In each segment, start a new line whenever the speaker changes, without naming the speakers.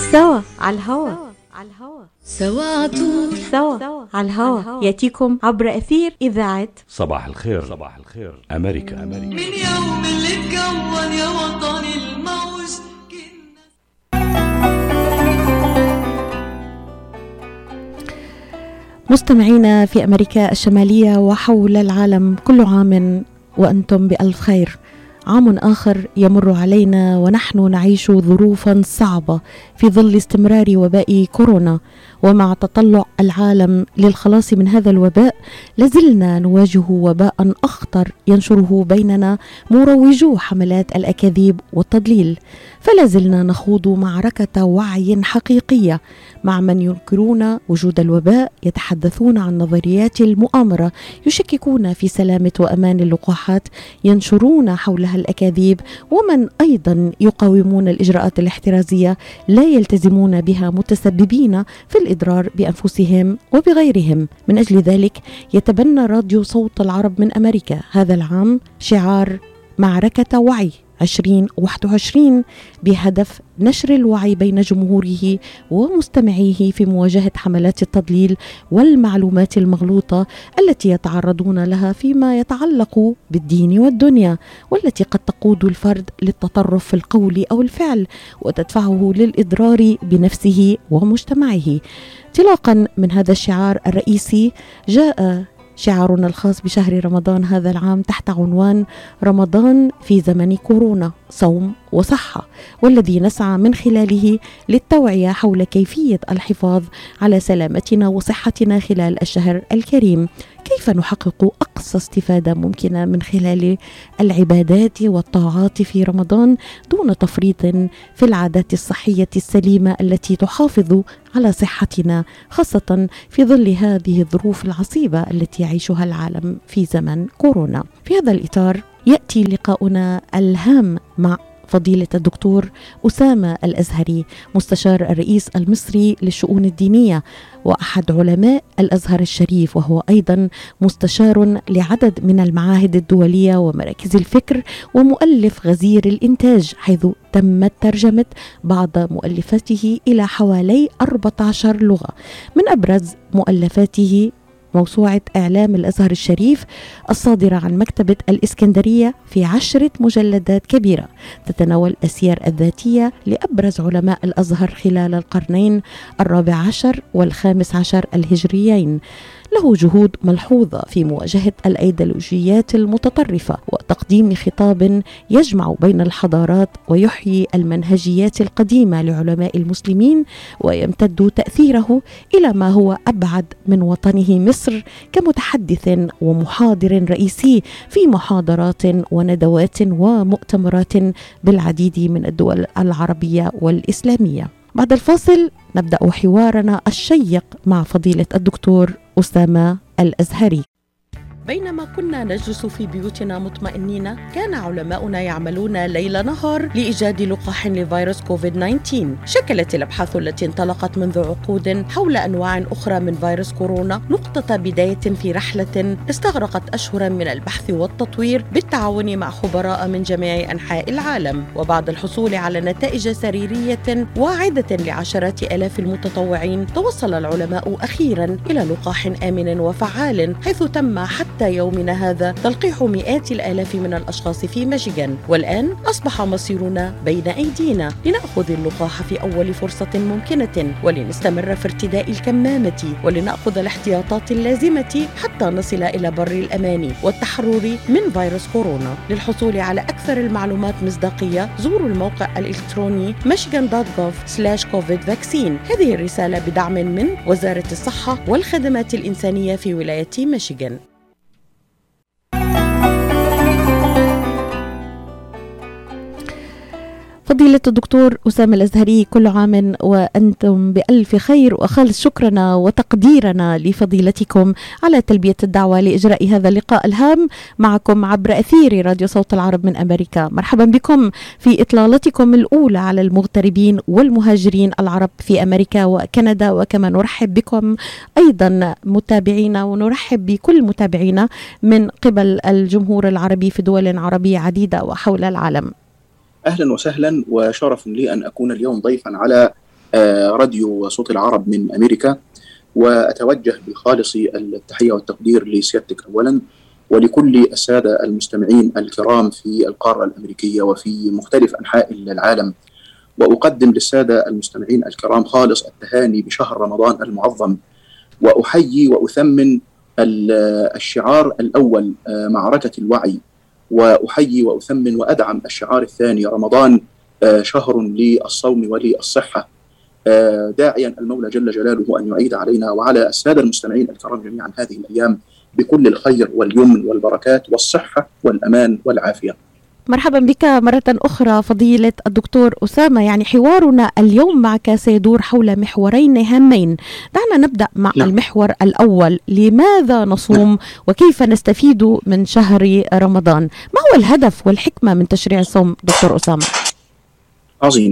سوا على الهوا سوا على طول سوا على الهوا ياتيكم عبر أثير إذاعة
صباح الخير أمريكا.
من يوم اللي اتكون يا وطني الموج.
مستمعينا في أمريكا الشمالية وحول العالم، كل عام وأنتم بألف خير. عام آخر يمر علينا ونحن نعيش ظروفا صعبة في ظل استمرار وباء كورونا، ومع تطلع العالم للخلاص من هذا الوباء لازلنا نواجه وباء أخطر ينشره بيننا مروجو حملات الأكاذيب والتضليل، فلازلنا نخوض معركة وعي حقيقية مع من ينكرون وجود الوباء، يتحدثون عن نظريات المؤامرة، يشككون في سلامة وأمان اللقاحات، ينشرون حولها الأكاذيب، ومن أيضا يقاومون الإجراءات الاحترازية لا يلتزمون بها، متسببين في الإضرار بأنفسهم وبغيرهم. من أجل ذلك يتبنى راديو صوت العرب من أمريكا هذا العام شعار معركة وعي 2021 بهدف نشر الوعي بين جمهوره ومستمعيه في مواجهة حملات التضليل والمعلومات المغلوطة التي يتعرضون لها فيما يتعلق بالدين والدنيا، والتي قد تقود الفرد للتطرف في القول أو الفعل وتدفعه للإضرار بنفسه ومجتمعه. انطلاقا من هذا الشعار الرئيسي جاء شعارنا الخاص بشهر رمضان هذا العام تحت عنوان رمضان في زمن كورونا، صوم وصحة، والذي نسعى من خلاله للتوعية حول كيفية الحفاظ على سلامتنا وصحتنا خلال الشهر الكريم. كيف نحقق أقصى استفادة ممكنة من خلال العبادات والطاعات في رمضان دون تفريط في العادات الصحية السليمة التي تحافظ على صحتنا، خاصة في ظل هذه الظروف العصيبة التي يعيشها العالم في زمن كورونا. في هذا الإطار يأتي لقاؤنا الهام مع فضيلة الدكتور أسامة الأزهري، مستشار الرئيس المصري للشؤون الدينية وأحد علماء الأزهر الشريف، وهو أيضا مستشار لعدد من المعاهد الدولية ومراكز الفكر، ومؤلف غزير الإنتاج، حيث تمت ترجمة بعض مؤلفاته إلى حوالي 14 لغة. من أبرز مؤلفاته موسوعة إعلام الأزهر الشريف الصادرة عن مكتبة الإسكندرية في 10 مجلدات كبيرة تتناول السير الذاتية لأبرز علماء الأزهر خلال القرنين 14 و15 الهجريين. له جهود ملحوظة في مواجهة الأيديولوجيات المتطرفة وتقديم خطاب يجمع بين الحضارات ويحيي المنهجيات القديمة لعلماء المسلمين، ويمتد تأثيره إلى ما هو أبعد من وطنه مصر كمتحدث ومحاضر رئيسي في محاضرات وندوات ومؤتمرات بالعديد من الدول العربية والإسلامية. بعد الفاصل نبدأ حوارنا الشيق مع فضيلة الدكتور أسامة الأزهري. بينما كنا نجلس في بيوتنا مطمئنين، كان علماؤنا يعملون ليل نهار لإيجاد لقاح لفيروس كوفيد-19. شكلت الأبحاث التي انطلقت منذ عقود حول أنواع أخرى من فيروس كورونا نقطة بداية في رحلة استغرقت أشهرا من البحث والتطوير بالتعاون مع خبراء من جميع أنحاء العالم. وبعد الحصول على نتائج سريرية واعدة لعشرات آلاف المتطوعين، توصل العلماء أخيرا إلى لقاح آمن وفعال، حيث تم حتى يومنا هذا تلقيح مئات الآلاف من الأشخاص في ميشيغان. والآن أصبح مصيرنا بين أيدينا لنأخذ اللقاح في أول فرصة ممكنة، ولنستمر في ارتداء الكمامة، ولنأخذ الاحتياطات اللازمة حتى نصل إلى بر الأمان والتحرر من فيروس كورونا. للحصول على أكثر المعلومات مصداقية زوروا الموقع الإلكتروني michigan.gov/covid-vaccine. هذه الرسالة بدعم من وزارة الصحة والخدمات الإنسانية في ولاية ميشيغان. فضيلة الدكتور أسامة الأزهري، كل عام وأنتم بألف خير، وأخلص شكرنا وتقديرنا لفضيلتكم على تلبية الدعوة لإجراء هذا اللقاء الهام معكم عبر أثير راديو صوت العرب من أمريكا. مرحبا بكم في إطلالتكم الأولى على المغتربين والمهاجرين العرب في أمريكا وكندا، وكما نرحب بكم أيضا متابعينا، ونرحب بكل متابعينا من قبل الجمهور العربي في دول عربية عديدة وحول العالم.
أهلا وسهلا، وشرف لي أن أكون اليوم ضيفا على راديو صوت العرب من أمريكا، وأتوجه بخالص التحية والتقدير لسيادتك أولا ولكل السادة المستمعين الكرام في القارة الأمريكية وفي مختلف أنحاء العالم. وأقدم للسادة المستمعين الكرام خالص التهاني بشهر رمضان المعظم، وأحيي وأثمن الشعار الأول معركة الوعي، وأحيي وأثمن وأدعم الشعار الثاني رمضان شهر للصوم وللصحة، داعيا المولى جل جلاله أن يعيد علينا وعلى السادة المستمعين الكرام جميعا هذه الأيام بكل الخير واليمن والبركات والصحة والأمان والعافية.
مرحبا بك مرة أخرى فضيلة الدكتور أسامة. يعني حوارنا اليوم معك سيدور حول محورين هامين. دعنا نبدأ مع المحور الأول، لماذا نصوم وكيف نستفيد من شهر رمضان؟ ما هو الهدف والحكمة من تشريع الصوم دكتور أسامة؟
عظيم.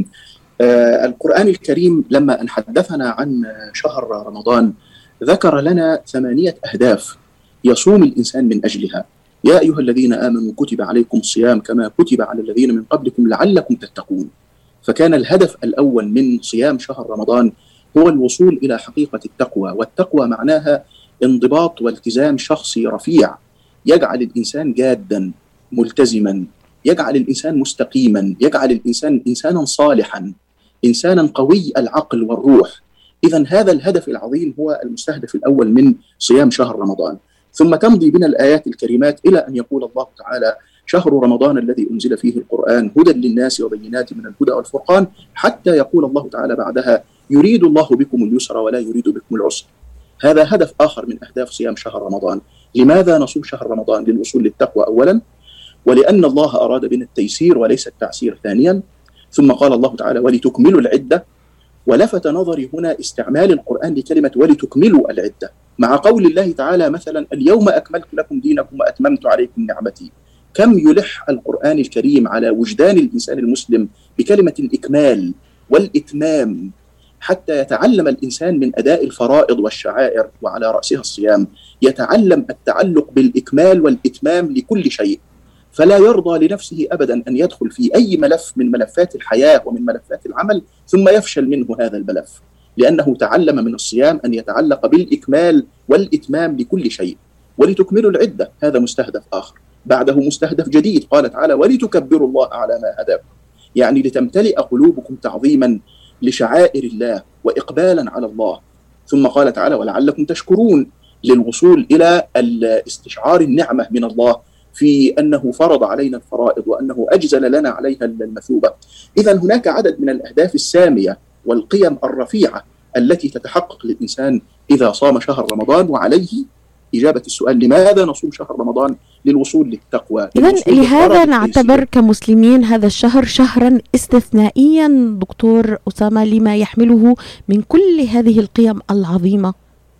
القرآن الكريم لما أن حدثنا عن شهر رمضان ذكر لنا 8 أهداف يصوم الإنسان من أجلها. يا أيها الذين آمنوا كتب عليكم الصيام كما كتب على الذين من قبلكم لعلكم تتقون. فكان الهدف الأول من صيام شهر رمضان هو الوصول إلى حقيقة التقوى، والتقوى معناها انضباط والتزام شخصي رفيع يجعل الإنسان جادا ملتزما، يجعل الإنسان مستقيما، يجعل الإنسان إنسانا صالحا، إنسانا قوي العقل والروح. إذن هذا الهدف العظيم هو المستهدف الأول من صيام شهر رمضان. ثم تمضي بنا الآيات الكريمات إلى أن يقول الله تعالى: شهر رمضان الذي أنزل فيه القرآن هدى للناس وبينات من الهدى والفرقان، حتى يقول الله تعالى بعدها: يريد الله بكم اليسر ولا يريد بكم العسر. هذا هدف آخر من أهداف صيام شهر رمضان. لماذا نصوم شهر رمضان؟ للوصول للتقوى أولا، ولأن الله أراد بنا التيسير وليس التعسير ثانيا. ثم قال الله تعالى: ولتكملوا العدة. ولفت نظري هنا استعمال القرآن لكلمة ولتكملوا العدة مع قول الله تعالى مثلا: اليوم أكملت لكم دينكم وأتممت عليكم نعمتي. كم يلح القرآن الكريم على وجدان الإنسان المسلم بكلمة الإكمال والإتمام، حتى يتعلم الإنسان من أداء الفرائض والشعائر وعلى رأسها الصيام، يتعلم التعلق بالإكمال والإتمام لكل شيء، فلا يرضى لنفسه أبدا أن يدخل في أي ملف من ملفات الحياة ومن ملفات العمل ثم يفشل منه هذا الملف، لأنه تعلم من الصيام أن يتعلق بالإكمال والإتمام لكل شيء. ولتكملوا العدة، هذا مستهدف آخر. بعده مستهدف جديد، قال تعالى: ولتكبروا الله على ما هداكم، يعني لتمتلئ قلوبكم تعظيما لشعائر الله وإقبالا على الله. ثم قال تعالى: ولعلكم تشكرون، للوصول إلى استشعار النعمة من الله في أنه فرض علينا الفرائض وأنه أجزل لنا عليها المثوبة. إذن هناك عدد من الأهداف السامية والقيم الرفيعة التي تتحقق للإنسان إذا صام شهر رمضان. وعليه إجابة السؤال: لماذا نصوم شهر رمضان؟ للوصول للتقوى.
إذن لهذا نعتبر كمسلمين هذا الشهر شهرا استثنائيا دكتور أسامة لما يحمله من كل هذه القيم العظيمة.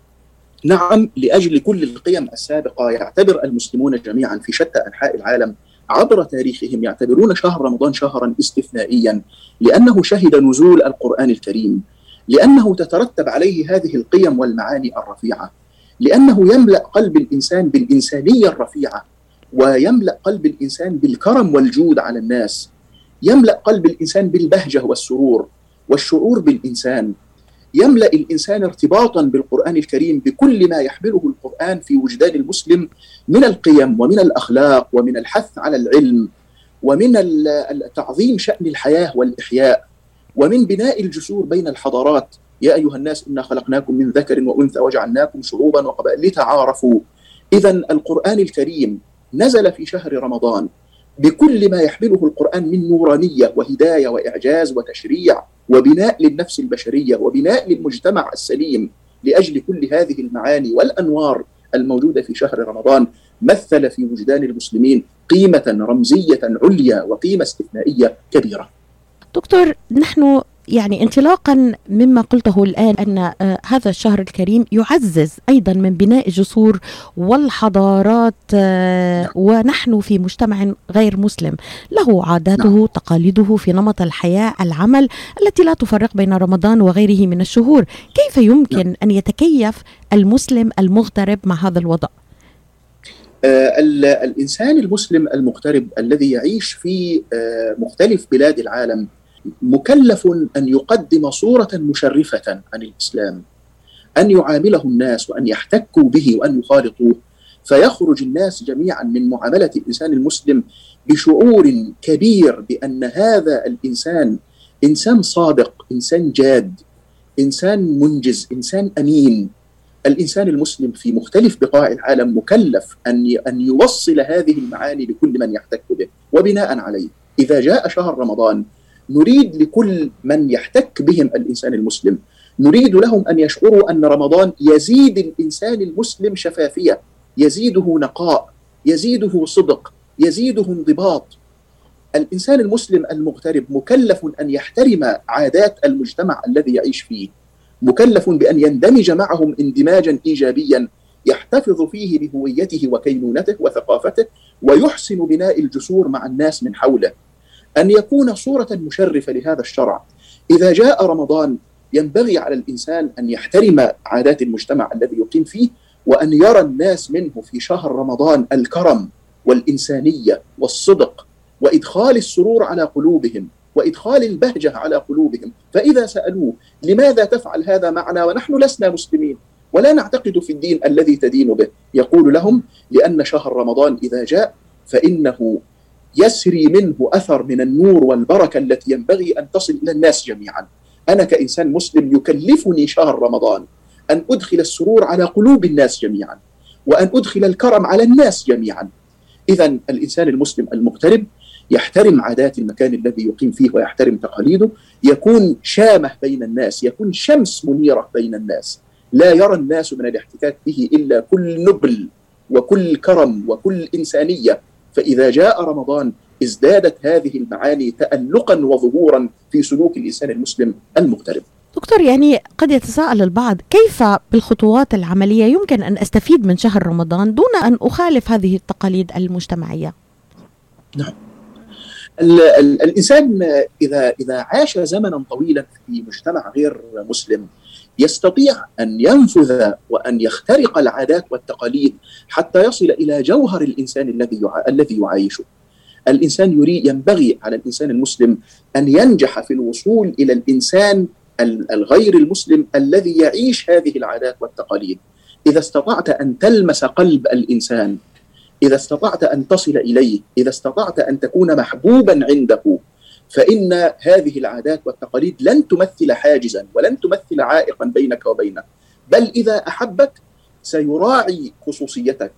نعم، لأجل كل القيم السابقة يعتبر المسلمون جميعا في شتى أنحاء العالم عبر تاريخهم يعتبرون شهر رمضان شهرا استثنائيا، لأنه شهد نزول القرآن الكريم، لأنه تترتب عليه هذه القيم والمعاني الرفيعة، لأنه يملأ قلب الإنسان بالإنسانية الرفيعة، ويملأ قلب الإنسان بالكرم والجود على الناس، يملأ قلب الإنسان بالبهجة والسرور والشعور بالإنسان، يملأ الإنسان ارتباطا بالقرآن الكريم بكل ما يحمله القرآن في وجدان المسلم من القيم ومن الأخلاق ومن الحث على العلم ومن تعظيم شأن الحياة والإحياء ومن بناء الجسور بين الحضارات. يا أيها الناس إنا خلقناكم من ذكر وأنثى وجعلناكم شعوبا وقبائل لتعارفوا. إذن القرآن الكريم نزل في شهر رمضان بكل ما يحمله القرآن من نورانية وهداية وإعجاز وتشريع وبناء للنفس البشرية وبناء للمجتمع السليم. لأجل كل هذه المعاني والأنوار الموجودة في شهر رمضان مثل في وجدان المسلمين قيمة رمزية عليا وقيمة استثنائية كبيرة.
دكتور، نحن يعني انطلاقا مما قلته الآن أن هذا الشهر الكريم يعزز أيضا من بناء الجسور والحضارات، ونحن في مجتمع غير مسلم له عاداته تقاليده في نمط الحياة العمل التي لا تفرق بين رمضان وغيره من الشهور. كيف يمكن أن يتكيف المسلم المغترب مع هذا الوضع؟
الإنسان المسلم المغترب الذي يعيش في مختلف بلاد العالم مكلف أن يقدم صورة مشرفة عن الإسلام، أن يعامله الناس وأن يحتكوا به وأن يخالطوه، فيخرج الناس جميعا من معاملة الإنسان المسلم بشعور كبير بأن هذا الإنسان إنسان صادق، إنسان جاد، إنسان منجز، إنسان أمين. الإنسان المسلم في مختلف بقاع العالم مكلف أن يوصل هذه المعاني لكل من يحتك به. وبناء عليه إذا جاء شهر رمضان نريد لكل من يحتك بهم الإنسان المسلم، نريد لهم أن يشعروا أن رمضان يزيد الإنسان المسلم شفافية، يزيده نقاء، يزيده صدق، يزيده انضباط. الإنسان المسلم المغترب مكلف أن يحترم عادات المجتمع الذي يعيش فيه، مكلف بأن يندمج معهم اندماجا إيجابيا يحتفظ فيه بهويته وكينونته وثقافته، ويحسن بناء الجسور مع الناس من حوله، أن يكون صورة مشرفة لهذا الشرع. إذا جاء رمضان ينبغي على الإنسان أن يحترم عادات المجتمع الذي يقيم فيه، وأن يرى الناس منه في شهر رمضان الكرم والإنسانية والصدق، وإدخال السرور على قلوبهم، وإدخال البهجة على قلوبهم. فإذا سألوه لماذا تفعل هذا معنا ونحن لسنا مسلمين ولا نعتقد في الدين الذي تدين به، يقول لهم لأن شهر رمضان إذا جاء فإنه يسري منه أثر من النور والبركة التي ينبغي أن تصل إلى الناس جميعا. أنا كإنسان مسلم يكلفني شهر رمضان أن أدخل السرور على قلوب الناس جميعا، وأن أدخل الكرم على الناس جميعا. إذن الإنسان المسلم المغترب يحترم عادات المكان الذي يقيم فيه ويحترم تقاليده، يكون شامة بين الناس، يكون شمس منيرة بين الناس، لا يرى الناس من الاحتكاك به إلا كل نبل وكل كرم وكل إنسانية. فإذا جاء رمضان ازدادت هذه المعاني تألقا وظهورا في سلوك الإنسان المسلم المغترب.
دكتور، يعني قد يتساءل البعض كيف بالخطوات العملية يمكن أن أستفيد من شهر رمضان دون أن أخالف هذه التقاليد المجتمعية؟
نعم، الإنسان إذا عاش زمنا طويلا في مجتمع غير مسلم يستطيع أن ينفذ وأن يخترق العادات والتقاليد حتى يصل إلى جوهر الإنسان الذي يعايشه. الإنسان ينبغي على الإنسان المسلم أن ينجح في الوصول إلى الإنسان الغير المسلم الذي يعيش هذه العادات والتقاليد. إذا استطعت أن تلمس قلب الإنسان، إذا استطعت أن تصل إليه، إذا استطعت أن تكون محبوبا عنده، فإن هذه العادات والتقاليد لن تمثل حاجزا ولن تمثل عائقا بينك وبينه، بل إذا أحبك سيراعي خصوصيتك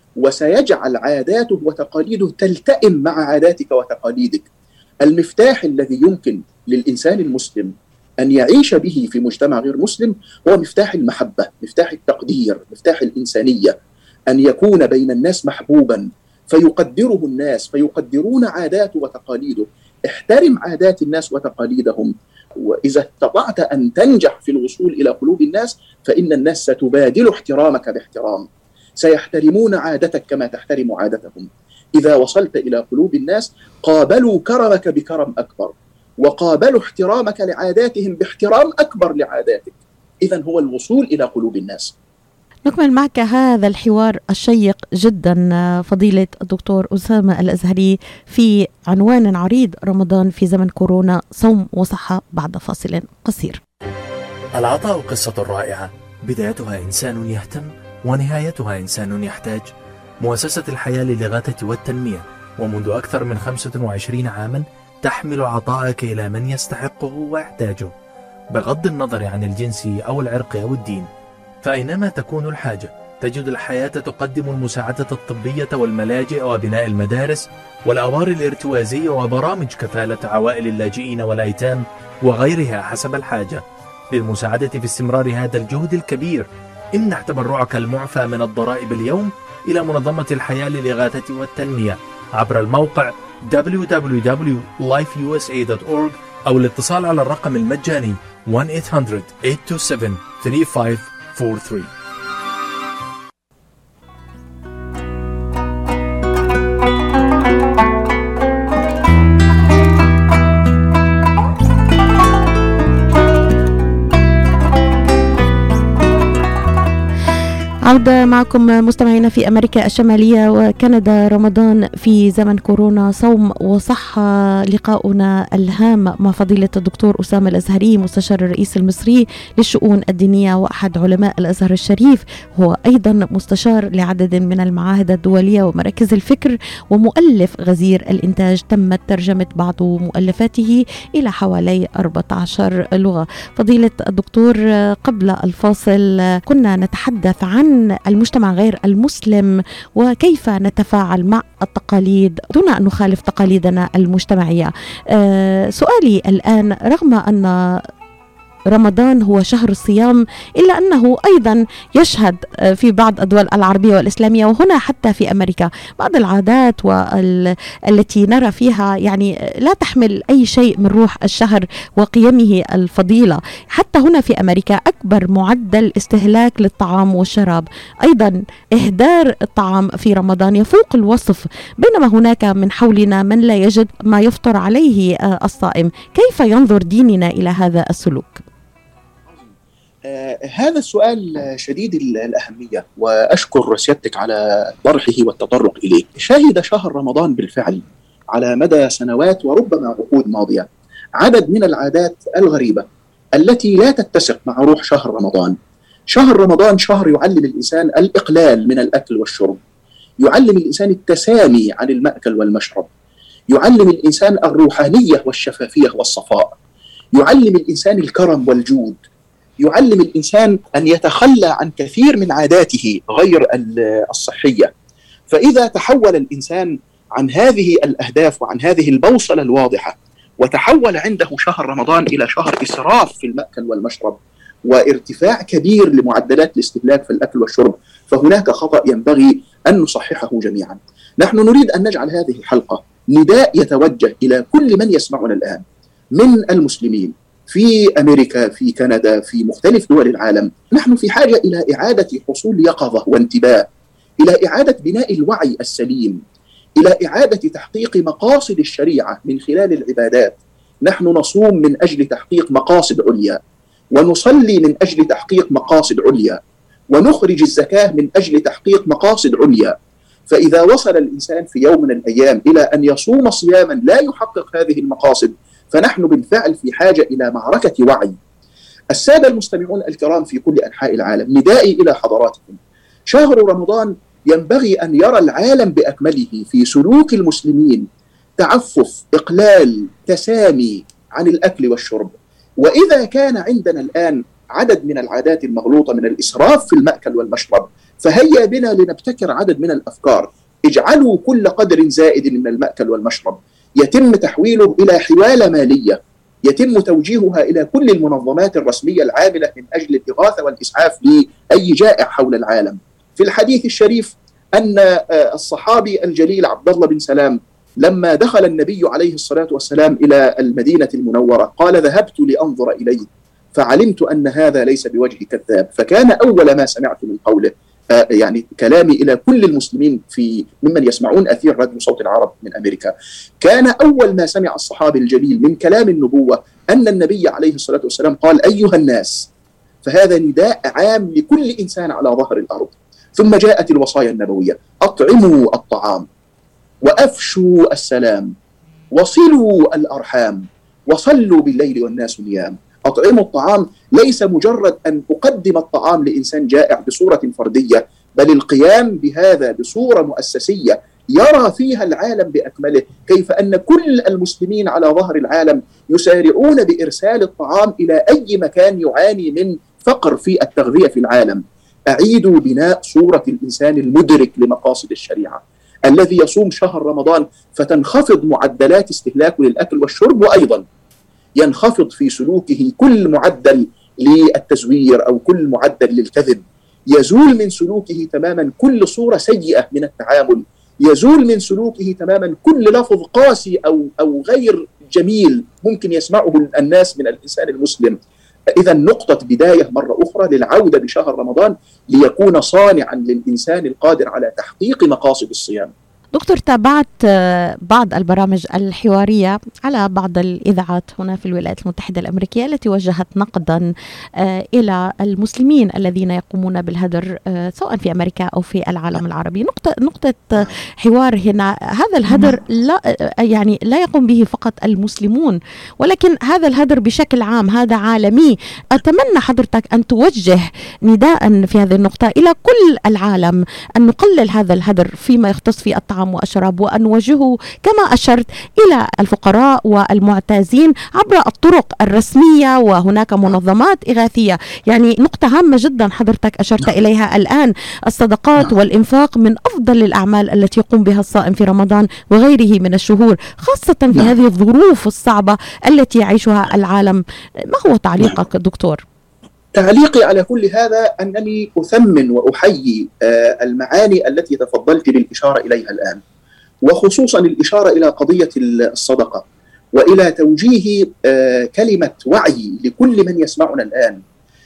وسيجعل عاداته وتقاليده تلتئم مع عاداتك وتقاليدك. المفتاح الذي يمكن للإنسان المسلم أن يعيش به في مجتمع غير مسلم هو مفتاح المحبة، مفتاح التقدير، مفتاح الإنسانية، أن يكون بين الناس محبوبا فيقدره الناس فيقدرون عاداته وتقاليده. احترم عادات الناس وتقاليدهم، وإذا استطعت أن تنجح في الوصول إلى قلوب الناس فإن الناس ستبادل احترامك باحترام، سيحترمون عادتك كما تحترم عادتهم. إذا وصلت إلى قلوب الناس قابلوا كرمك بكرم أكبر، وقابلوا احترامك لعاداتهم باحترام أكبر لعاداتك. إذن هو الوصول إلى قلوب الناس.
نكمل معك هذا الحوار الشيق جدا فضيلة الدكتور أسامة الأزهري في عنوان عريض: رمضان في زمن كورونا، صوم وصحة، بعد فاصل قصير.
العطاء قصة رائعة، بدايتها إنسان يهتم ونهايتها إنسان يحتاج. مؤسسة الحياة للإغاثة والتنمية ومنذ أكثر من 25 عاما تحمل عطاءك إلى من يستحقه ويحتاجه بغض النظر عن الجنس أو العرق أو الدين. فأينما تكون الحاجة تجد الحياة تقدم المساعدة الطبية والملاجئ وبناء المدارس والأوار الارتوازية وبرامج كفالة عوائل اللاجئين والأيتام وغيرها حسب الحاجة. للمساعدة في استمرار هذا الجهد الكبير امنح تبرعك المعفى من الضرائب اليوم إلى منظمة الحياة للإغاثة والتنمية عبر الموقع www.lifeusa.org أو الاتصال على الرقم المجاني 1-800-827-3543.
عودة معكم مستمعينا في أمريكا الشمالية وكندا. رمضان في زمن كورونا، صوم وصحة. لقاؤنا الهام مع فضيلة الدكتور أسامة الأزهري، مستشار الرئيس المصري للشؤون الدينية وأحد علماء الأزهر الشريف، هو أيضا مستشار لعدد من المعاهد الدولية ومراكز الفكر، ومؤلف غزير الإنتاج تمت ترجمة بعض مؤلفاته إلى حوالي 14 لغة. فضيلة الدكتور، قبل الفاصل كنا نتحدث عن المجتمع غير المسلم وكيف نتفاعل مع التقاليد دون أن نخالف تقاليدنا المجتمعية. سؤالي الآن، رغم أن رمضان هو شهر الصيام، إلا أنه أيضا يشهد في بعض الدول العربية والإسلامية وهنا حتى في أمريكا بعض العادات التي نرى فيها يعني لا تحمل أي شيء من روح الشهر وقيمه الفضيلة. حتى هنا في أمريكا أكبر معدل استهلاك للطعام والشراب، أيضا إهدار الطعام في رمضان يفوق الوصف، بينما هناك من حولنا من لا يجد ما يفطر عليه الصائم. كيف ينظر ديننا إلى هذا السلوك؟
هذا السؤال شديد الأهمية، وأشكر سيادتك على طرحه والتطرق إليه. شهد شهر رمضان بالفعل على مدى سنوات وربما عقود ماضية عدد من العادات الغريبة التي لا تتسق مع روح شهر رمضان. شهر رمضان شهر يعلم الإنسان الإقلال من الأكل والشرب، يعلم الإنسان التسامي عن المأكل والمشرب، يعلم الإنسان الروحانية والشفافية والصفاء، يعلم الإنسان الكرم والجود، يعلم الإنسان أن يتخلى عن كثير من عاداته غير الصحية. فإذا تحول الإنسان عن هذه الأهداف وعن هذه البوصلة الواضحة وتحول عنده شهر رمضان إلى شهر إسراف في المأكل والمشرب وارتفاع كبير لمعدلات الاستهلاك في الأكل والشرب، فهناك خطأ ينبغي أن نصححه جميعا. نحن نريد أن نجعل هذه الحلقة نداء يتوجه إلى كل من يسمعنا الآن من المسلمين في أمريكا، في كندا، في مختلف دول العالم. نحن في حاجة إلى إعادة حصول يقظة وانتباه، إلى إعادة بناء الوعي السليم، إلى إعادة تحقيق مقاصد الشريعة من خلال العبادات. نحن نصوم من أجل تحقيق مقاصد عليا، ونصلي من أجل تحقيق مقاصد عليا، ونخرج الزكاة من أجل تحقيق مقاصد عليا. فإذا وصل الإنسان في يوم من الأيام إلى أن يصوم صياما لا يحقق هذه المقاصد، فنحن بالفعل في حاجة إلى معركة وعي. السادة المستمعون الكرام في كل أنحاء العالم، ندائي إلى حضراتكم: شهر رمضان ينبغي أن يرى العالم بأكمله في سلوك المسلمين تعفف، إقلال، تسامي عن الأكل والشرب. وإذا كان عندنا الآن عدد من العادات المغلوطة من الإسراف في المأكل والمشرب، فهيا بنا لنبتكر عدد من الأفكار. اجعلوا كل قدر زائد من المأكل والمشرب يتم تحويله إلى حوالة مالية يتم توجيهها إلى كل المنظمات الرسمية العاملة من أجل الإغاثة والإسعاف لأي جائع حول العالم. في الحديث الشريف أن الصحابي الجليل عبد الله بن سلام لما دخل النبي عليه الصلاة والسلام إلى المدينة المنورة قال: ذهبت لأنظر إليه فعلمت أن هذا ليس بوجه كذاب. فكان أول ما سمعت من قوله، يعني كلامي إلى كل المسلمين ممن يسمعون أثير راديو صوت العرب من أمريكا، كان أول ما سمع الصحابي الجليل من كلام النبوة أن النبي عليه الصلاة والسلام قال: أيها الناس. فهذا نداء عام لكل إنسان على ظهر الأرض. ثم جاءت الوصايا النبوية: أطعموا الطعام، وأفشوا السلام، وصلوا الأرحام، وصلوا بالليل والناس نيام. أطعموا الطعام ليس مجرد أن أقدم الطعام لإنسان جائع بصورة فردية، بل القيام بهذا بصورة مؤسسية يرى فيها العالم بأكمله كيف أن كل المسلمين على ظهر العالم يسارعون بإرسال الطعام إلى أي مكان يعاني من فقر في التغذية في العالم. أعيدوا بناء صورة الإنسان المدرك لمقاصد الشريعة الذي يصوم شهر رمضان فتنخفض معدلات استهلاكه للأكل والشرب، وأيضا ينخفض في سلوكه كل معدل للتزوير أو كل معدل للكذب، يزول من سلوكه تماما كل صورة سيئة من التعامل، يزول من سلوكه تماما كل لفظ قاسي أو غير جميل ممكن يسمعه الناس من الإنسان المسلم. إذا نقطة بداية مرة أخرى للعودة بشهر رمضان ليكون صانعا للإنسان القادر على تحقيق مقاصد الصيام.
دكتور، تابعت بعض البرامج الحوارية على بعض الإذاعات هنا في الولايات المتحدة الأمريكية التي وجهت نقدا إلى المسلمين الذين يقومون بالهدر سواء في أمريكا أو في العالم العربي. نقطة حوار هنا، هذا الهدر لا يقوم به فقط المسلمون، ولكن هذا الهدر بشكل عام، هذا عالمي. أتمنى حضرتك أن توجه نداء في هذه النقطة إلى كل العالم أن نقلل هذا الهدر فيما يختص في الطعام والشراب، وأن نوجهه كما أشرت إلى الفقراء والمعتازين عبر الطرق الرسمية، وهناك منظمات إغاثية. يعني نقطة هامة جدا حضرتك أشرت إليها الآن، الصدقات والإنفاق من أفضل الأعمال التي يقوم بها الصائم في رمضان وغيره من الشهور، خاصة في هذه الظروف الصعبة التي يعيشها العالم. ما هو تعليقك دكتور؟
تعليقي على كل هذا أنني أثمن وأحيي المعاني التي تفضلت بالإشارة إليها الآن، وخصوصا الإشارة إلى قضية الصدقة، وإلى توجيه كلمة وعي لكل من يسمعنا الآن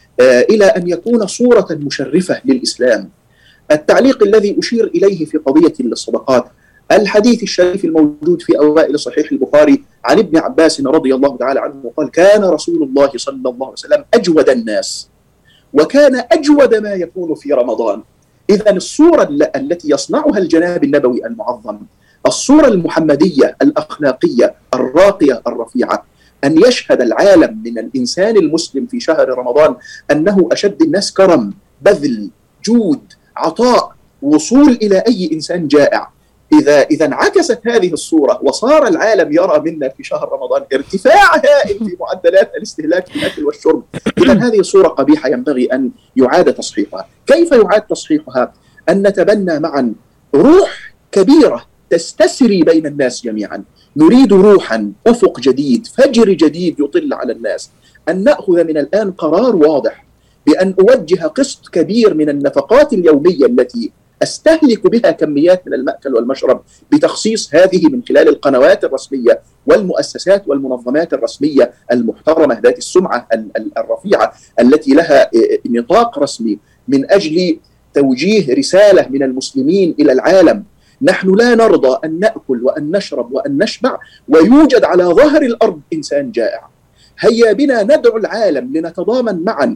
إلى أن يكون صورة مشرفة للإسلام. التعليق الذي أشير إليه في قضية الصدقات، الحديث الشريف الموجود في أوائل صحيح البخاري عن ابن عباس رضي الله تعالى عنه قال: كان رسول الله صلى الله عليه وسلم أجود الناس، وكان أجود ما يكون في رمضان. إذن الصورة التي يصنعها الجناب النبوي المعظم، الصورة المحمدية الأخلاقية الراقية الرفيعة، أن يشهد العالم من الإنسان المسلم في شهر رمضان أنه أشد الناس كرم، بذل، جود، عطاء، وصول إلى أي إنسان جائع. إذا انعكست هذه الصورة وصار العالم يرى منا في شهر رمضان ارتفاع هائل في معدلات الاستهلاك في الأكل والشرب، إذن هذه صورة قبيحة ينبغي أن يعاد تصحيحها. كيف يعاد تصحيحها؟ أن نتبنى معا روح كبيرة تستسري بين الناس جميعا. نريد روحا، أفق جديد، فجر جديد يطل على الناس. أن نأخذ من الآن قرار واضح بأن أوجه قسط كبير من النفقات اليومية التي أستهلك بها كميات من المأكل والمشرب بتخصيص هذه من خلال القنوات الرسمية والمؤسسات والمنظمات الرسمية المحترمة ذات السمعة الرفيعة التي لها نطاق رسمي من أجل توجيه رسالة من المسلمين إلى العالم. نحن لا نرضى أن نأكل وأن نشرب وأن نشبع ويوجد على ظهر الأرض إنسان جائع. هيا بنا ندعو العالم لنتضامن معا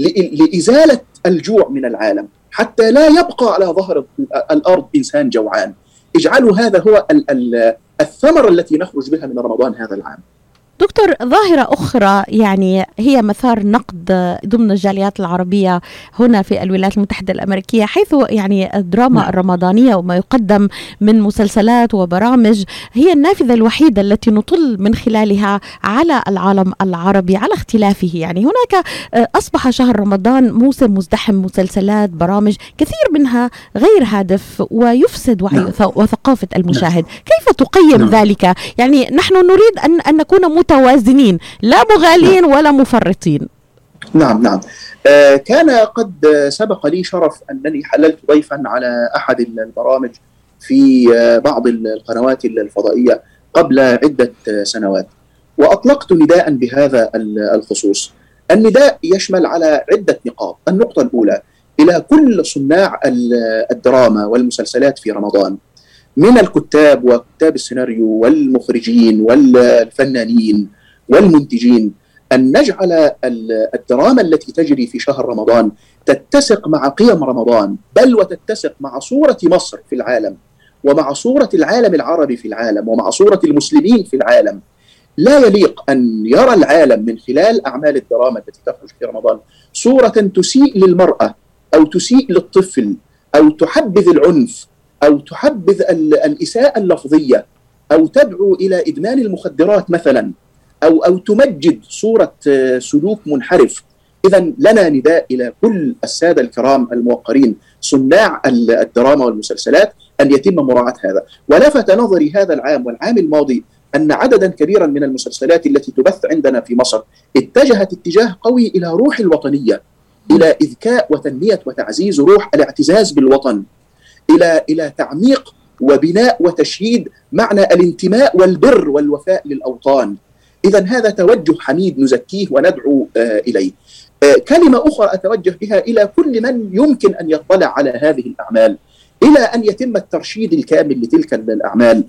لإزالة الجوع من العالم حتى لا يبقى على ظهر الأرض إنسان جوعان. اجعلوا هذا هو الثمرة التي نخرج بها من رمضان هذا العام.
دكتور، ظاهرة أخرى يعني هي مثار نقد ضمن الجاليات العربية هنا في الولايات المتحدة الأمريكية، حيث يعني الدراما الرمضانية وما يقدم من مسلسلات وبرامج هي النافذة الوحيدة التي نطل من خلالها على العالم العربي على اختلافه. يعني هناك أصبح شهر رمضان موسم مزدحم مسلسلات، برامج كثير منها غير هادف ويفسد وعي وثقافة المشاهد. كيف تقيم ذلك؟ يعني نحن نريد أن نكون متوازنين، لا مغالين ولا مفرطين.
نعم. كان قد سبق لي شرف أنني حللت ضيفا على أحد البرامج في بعض القنوات الفضائية قبل عدة سنوات، وأطلقت نداء بهذا الخصوص. النداء يشمل على عدة نقاط. النقطة الأولى إلى كل صناع الدراما والمسلسلات في رمضان، من الكتاب وكتاب السيناريو والمخرجين والفنانين والمنتجين، أن نجعل الدراما التي تجري في شهر رمضان تتسق مع قيم رمضان، بل وتتسق مع صورة مصر في العالم، ومع صورة العالم العربي في العالم، ومع صورة المسلمين في العالم. لا يليق أن يرى العالم من خلال أعمال الدراما التي تخرج في رمضان صورة تسيء للمرأة أو تسيء للطفل أو تحبذ العنف أو تحبذ الإساءة اللفظية أو تدعو إلى إدمان المخدرات مثلا، أو تمجد صورة سلوك منحرف. إذن لنا نداء إلى كل السادة الكرام الموقرين صناع الدراما والمسلسلات أن يتم مراعاة هذا. ولفت نظري هذا العام والعام الماضي أن عددا كبيرا من المسلسلات التي تبث عندنا في مصر اتجهت اتجاه قوي إلى روح الوطنية، إلى إذكاء وتنمية وتعزيز روح الاعتزاز بالوطن، إلى تعميق وبناء وتشييد معنى الانتماء والبر والوفاء للأوطان. إذن هذا توجه حميد نزكيه وندعو إليه. كلمة أخرى أتوجه بها إلى كل من يمكن أن يطلع على هذه الأعمال، إلى أن يتم الترشيد الكامل لتلك الأعمال.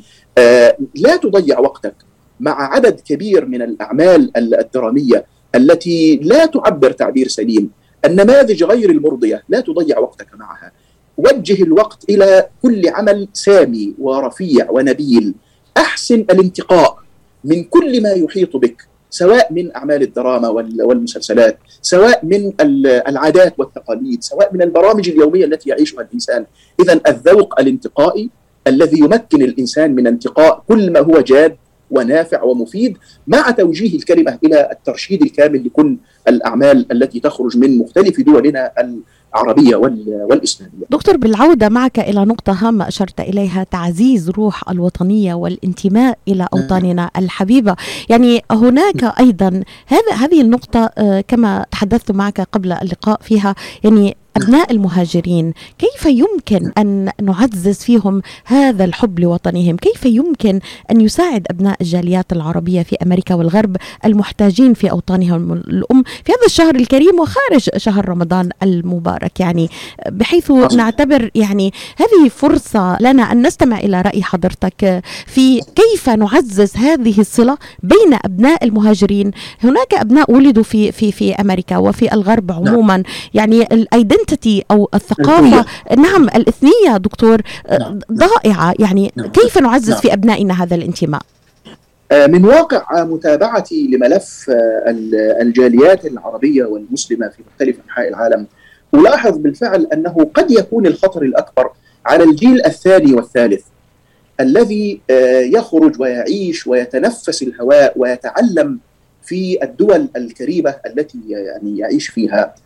لا تضيع وقتك مع عدد كبير من الأعمال الدرامية التي لا تعبر تعبير سليم، النماذج غير المرضية، لا تضيع وقتك معها. وجه الوقت إلى كل عمل سامي ورفيع ونبيل. أحسن الانتقاء من كل ما يحيط بك، سواء من أعمال الدراما والمسلسلات، سواء من العادات والتقاليد، سواء من البرامج اليومية التي يعيشها الإنسان. إذن الذوق الانتقائي الذي يمكن الإنسان من انتقاء كل ما هو جاد ونافع ومفيد، مع توجيه الكلمة إلى الترشيد الكامل لكل الأعمال التي تخرج من مختلف دولنا العربية والإسلامية.
دكتور، بالعودة معك إلى نقطة هامة أشرت إليها، تعزيز روح الوطنية والانتماء إلى أوطاننا الحبيبة. يعني هناك أيضا هذه النقطة كما تحدثت معك قبل اللقاء فيها، يعني أبناء المهاجرين كيف يمكن أن نعزز فيهم هذا الحب لوطنهم؟ كيف يمكن أن يساعد أبناء الجاليات العربية في أمريكا والغرب المحتاجين في أوطانهم الأم في هذا الشهر الكريم وخارج شهر رمضان المبارك، يعني بحيث نعتبر يعني هذه فرصة لنا أن نستمع إلى رأي حضرتك في كيف نعزز هذه الصلة بين أبناء المهاجرين. هناك أبناء ولدوا في أمريكا وفي الغرب عموما، يعني الأيدنتيتي أو الثقافة نعم الإثنية دكتور ضائعة، يعني كيف نعزز في أبنائنا هذا الانتماء؟
من واقع متابعتي لملف الجاليات العربية والمسلمة في مختلف أنحاء العالم، ألاحظ بالفعل أنه قد يكون الخطر الأكبر على الجيل الثاني والثالث الذي يخرج ويعيش ويتنفس الهواء ويتعلم في الدول الكريمة التي يعني يعيش فيها،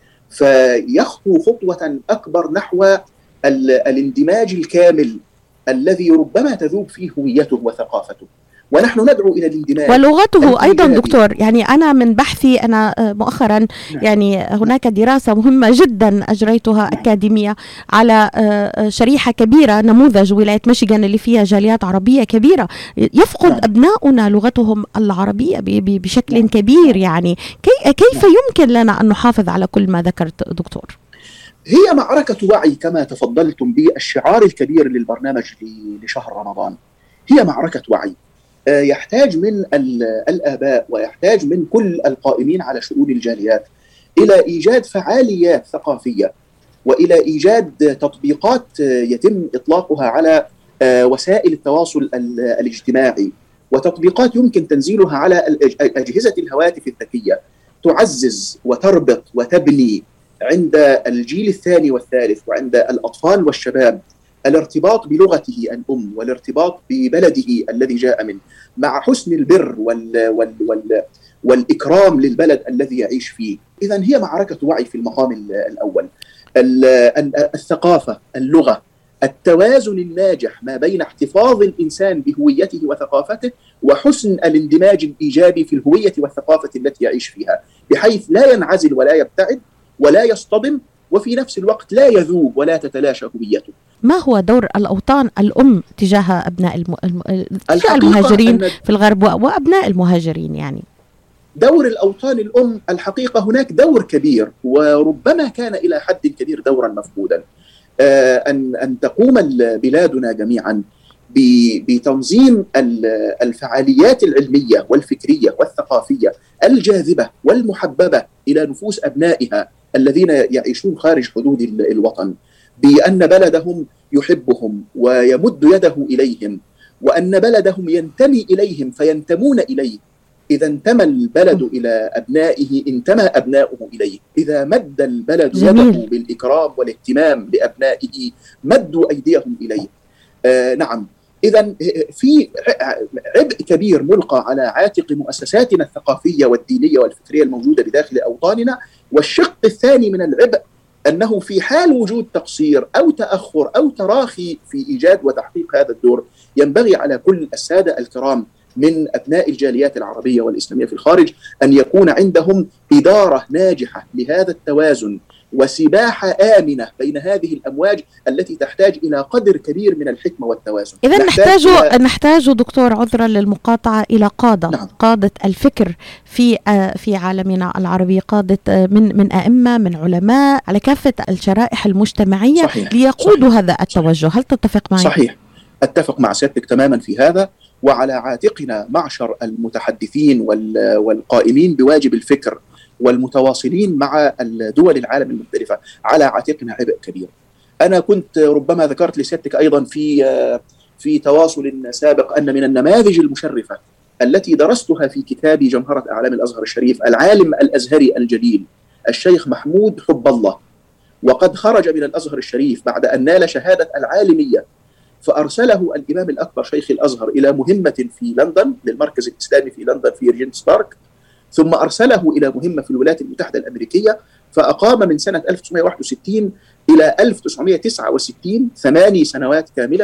فيخطو خطوة أكبر نحو الاندماج الكامل الذي ربما تذوب فيه هويته وثقافته. ونحن ندعو إلى الاندماج
ولغته أيضا دكتور. يعني أنا من بحثي أنا مؤخرا يعني هناك دراسة مهمة جدا أجريتها أكاديمية على شريحة كبيرة، نموذج ولاية ميشيغان اللي فيها جاليات عربية كبيرة، يفقد أبناؤنا لغتهم العربية بشكل كبير. يعني كيف يمكن لنا أن نحافظ على كل ما ذكرت دكتور؟
هي معركة وعي كما تفضلتم بالشعار الكبير للبرنامج لشهر رمضان. هي معركة وعي يحتاج من الآباء ويحتاج من كل القائمين على شؤون الجاليات إلى إيجاد فعاليات ثقافية وإلى إيجاد تطبيقات يتم إطلاقها على وسائل التواصل الاجتماعي، وتطبيقات يمكن تنزيلها على أجهزة الهواتف الذكية تعزز وتربط وتبني عند الجيل الثاني والثالث وعند الأطفال والشباب الارتباط بلغته الأم والارتباط ببلده الذي جاء منه، مع حسن البر والإكرام للبلد الذي يعيش فيه. إذن هي معركة وعي في المقام الأول. الثقافة، اللغة، التوازن الناجح ما بين احتفاظ الإنسان بهويته وثقافته وحسن الاندماج الإيجابي في الهوية والثقافة التي يعيش فيها، بحيث لا ينعزل ولا يبتعد ولا يصطدم، وفي نفس الوقت لا يذوب ولا تتلاشى هويته.
ما هو دور الأوطان الأم تجاه أبناء المهاجرين في الغرب وأبناء المهاجرين؟ يعني
دور الأوطان الأم الحقيقة هناك دور كبير، وربما كان إلى حد كبير دورا مفقودا. أن تقوم بلادنا جميعا بتنظيم الفعاليات العلمية والفكرية والثقافية الجاذبة والمحببة إلى نفوس أبنائها الذين يعيشون خارج حدود الوطن، بأن بلدهم يحبهم ويمد يده إليهم، وأن بلدهم ينتمي إليهم فينتمون إليه. إذا انتمى البلد إلى أبنائه انتمى أبناؤه إليه. إذا مد البلد يده بالإكرام والاهتمام لأبنائه مدوا أيديهم إليه. نعم، إذا في عبء كبير ملقى على عاتق مؤسساتنا الثقافية والدينية والفكرية الموجودة بداخل أوطاننا. والشق الثاني من العبء أنه في حال وجود تقصير أو تأخر أو تراخي في إيجاد وتحقيق هذا الدور، ينبغي على كل السادة الكرام من أبناء الجاليات العربية والإسلامية في الخارج أن يكون عندهم إدارة ناجحة لهذا التوازن وسباحة آمنة بين هذه الأمواج التي تحتاج إلى قدر كبير من الحكمة والتوازن.
إذن نحتاج دكتور، عذرا للمقاطعة، إلى قادة. نعم. قادة الفكر في عالمنا العربي، قادة من أئمة، من علماء على كافة الشرائح المجتمعية. صحيح. ليقودوا صحيح. هذا التوجه. هل تتفق معي؟
صحيح، أتفق مع سيادتك تماما في هذا. وعلى عاتقنا معشر المتحدثين والقائمين بواجب الفكر والمتواصلين مع الدول العالم المختلفة، على عاتقنا عبء كبير. أنا كنت ربما ذكرت لسيادتك أيضا في تواصل سابق أن من النماذج المشرفة التي درستها في كتابي جمهرة أعلام الأزهر الشريف العالم الأزهري الجليل الشيخ محمود حب الله، وقد خرج من الأزهر الشريف بعد أن نال شهادة العالمية، فأرسله الإمام الأكبر شيخ الأزهر إلى مهمة في لندن للمركز الإسلامي في لندن في ريجنتس بارك، ثم أرسله إلى مهمة في الولايات المتحدة الأمريكية، فأقام من سنة 1961 إلى 1969 8 سنوات كاملة،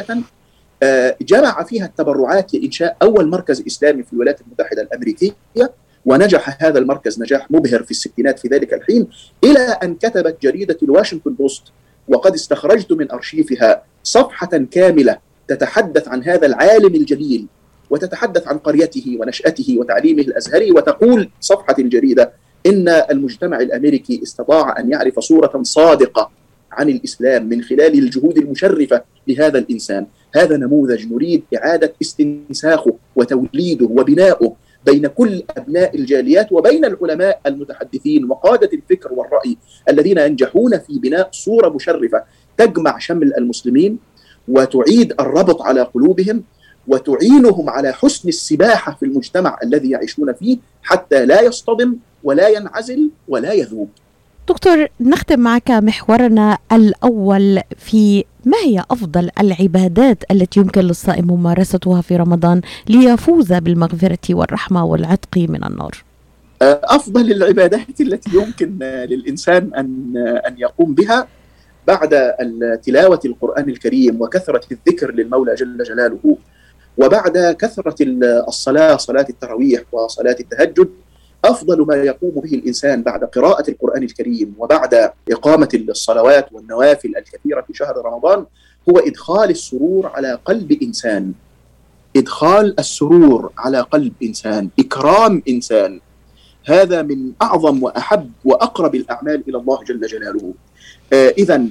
جمع فيها التبرعات لإنشاء أول مركز إسلامي في الولايات المتحدة الأمريكية، ونجح هذا المركز نجاح مبهر في الستينات في ذلك الحين، إلى أن كتبت جريدة الواشنطن بوست، وقد استخرجت من أرشيفها صفحة كاملة تتحدث عن هذا العالم الجليل، وتتحدث عن قريته ونشأته وتعليمه الأزهري، وتقول صفحة الجريدة إن المجتمع الأمريكي استطاع أن يعرف صورة صادقة عن الإسلام من خلال الجهود المشرفة لهذا الإنسان. هذا نموذج نريد إعادة استنساخه وتوليده وبناؤه بين كل أبناء الجاليات وبين العلماء المتحدثين وقادة الفكر والرأي الذين ينجحون في بناء صورة مشرفة تجمع شمل المسلمين وتعيد الربط على قلوبهم وتعينهم على حسن السباحة في المجتمع الذي يعيشون فيه حتى لا يصطدم ولا ينعزل ولا يذوب.
دكتور، نختم معك محورنا الأول في ما هي أفضل العبادات التي يمكن للصائم ممارستها في رمضان ليفوز بالمغفرة والرحمة والعتق من النار؟
أفضل العبادات التي يمكن للإنسان أن يقوم بها بعد تلاوة القرآن الكريم وكثرة الذكر للمولى جل جلاله، وبعد كثرة الصلاة، صلاة التراويح وصلاة التهجد، أفضل ما يقوم به الإنسان بعد قراءة القرآن الكريم وبعد إقامة الصلوات والنوافل الكثيرة في شهر رمضان هو إدخال السرور على قلب إنسان، إدخال السرور على قلب إنسان، إكرام إنسان. هذا من أعظم وأحب وأقرب الأعمال إلى الله جل جلاله. إذن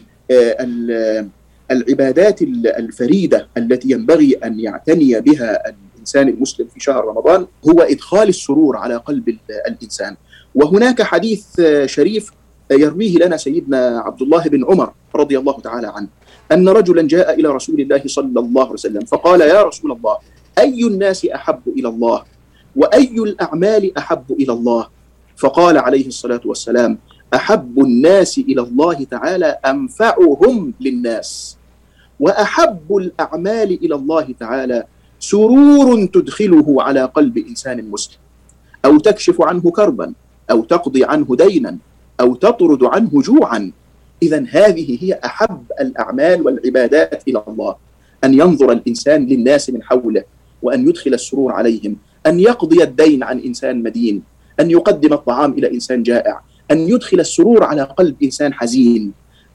العبادات الفريدة التي ينبغي أن يعتني بها الإنسان المسلم في شهر رمضان هو إدخال السرور على قلب الإنسان. وهناك حديث شريف يرويه لنا سيدنا عبد الله بن عمر رضي الله تعالى عنه أن رجلا جاء إلى رسول الله صلى الله عليه وسلم فقال: يا رسول الله، أي الناس أحب إلى الله وأي الأعمال أحب إلى الله؟ فقال عليه الصلاة والسلام: أحب الناس إلى الله تعالى أنفعهم للناس، وأحب الأعمال إلى الله تعالى سرور تدخله على قلب إنسان مسلم، أو تكشف عنه كربا، أو تقضي عنه دينا، أو تطرد عنه جوعا. إذن هذه هي أحب الأعمال والعبادات إلى الله، أن ينظر الإنسان للناس من حوله وأن يدخل السرور عليهم، أن يقضي الدين عن إنسان مدين، أن يقدم الطعام إلى إنسان جائع، أن يدخل السرور على قلب إنسان حزين،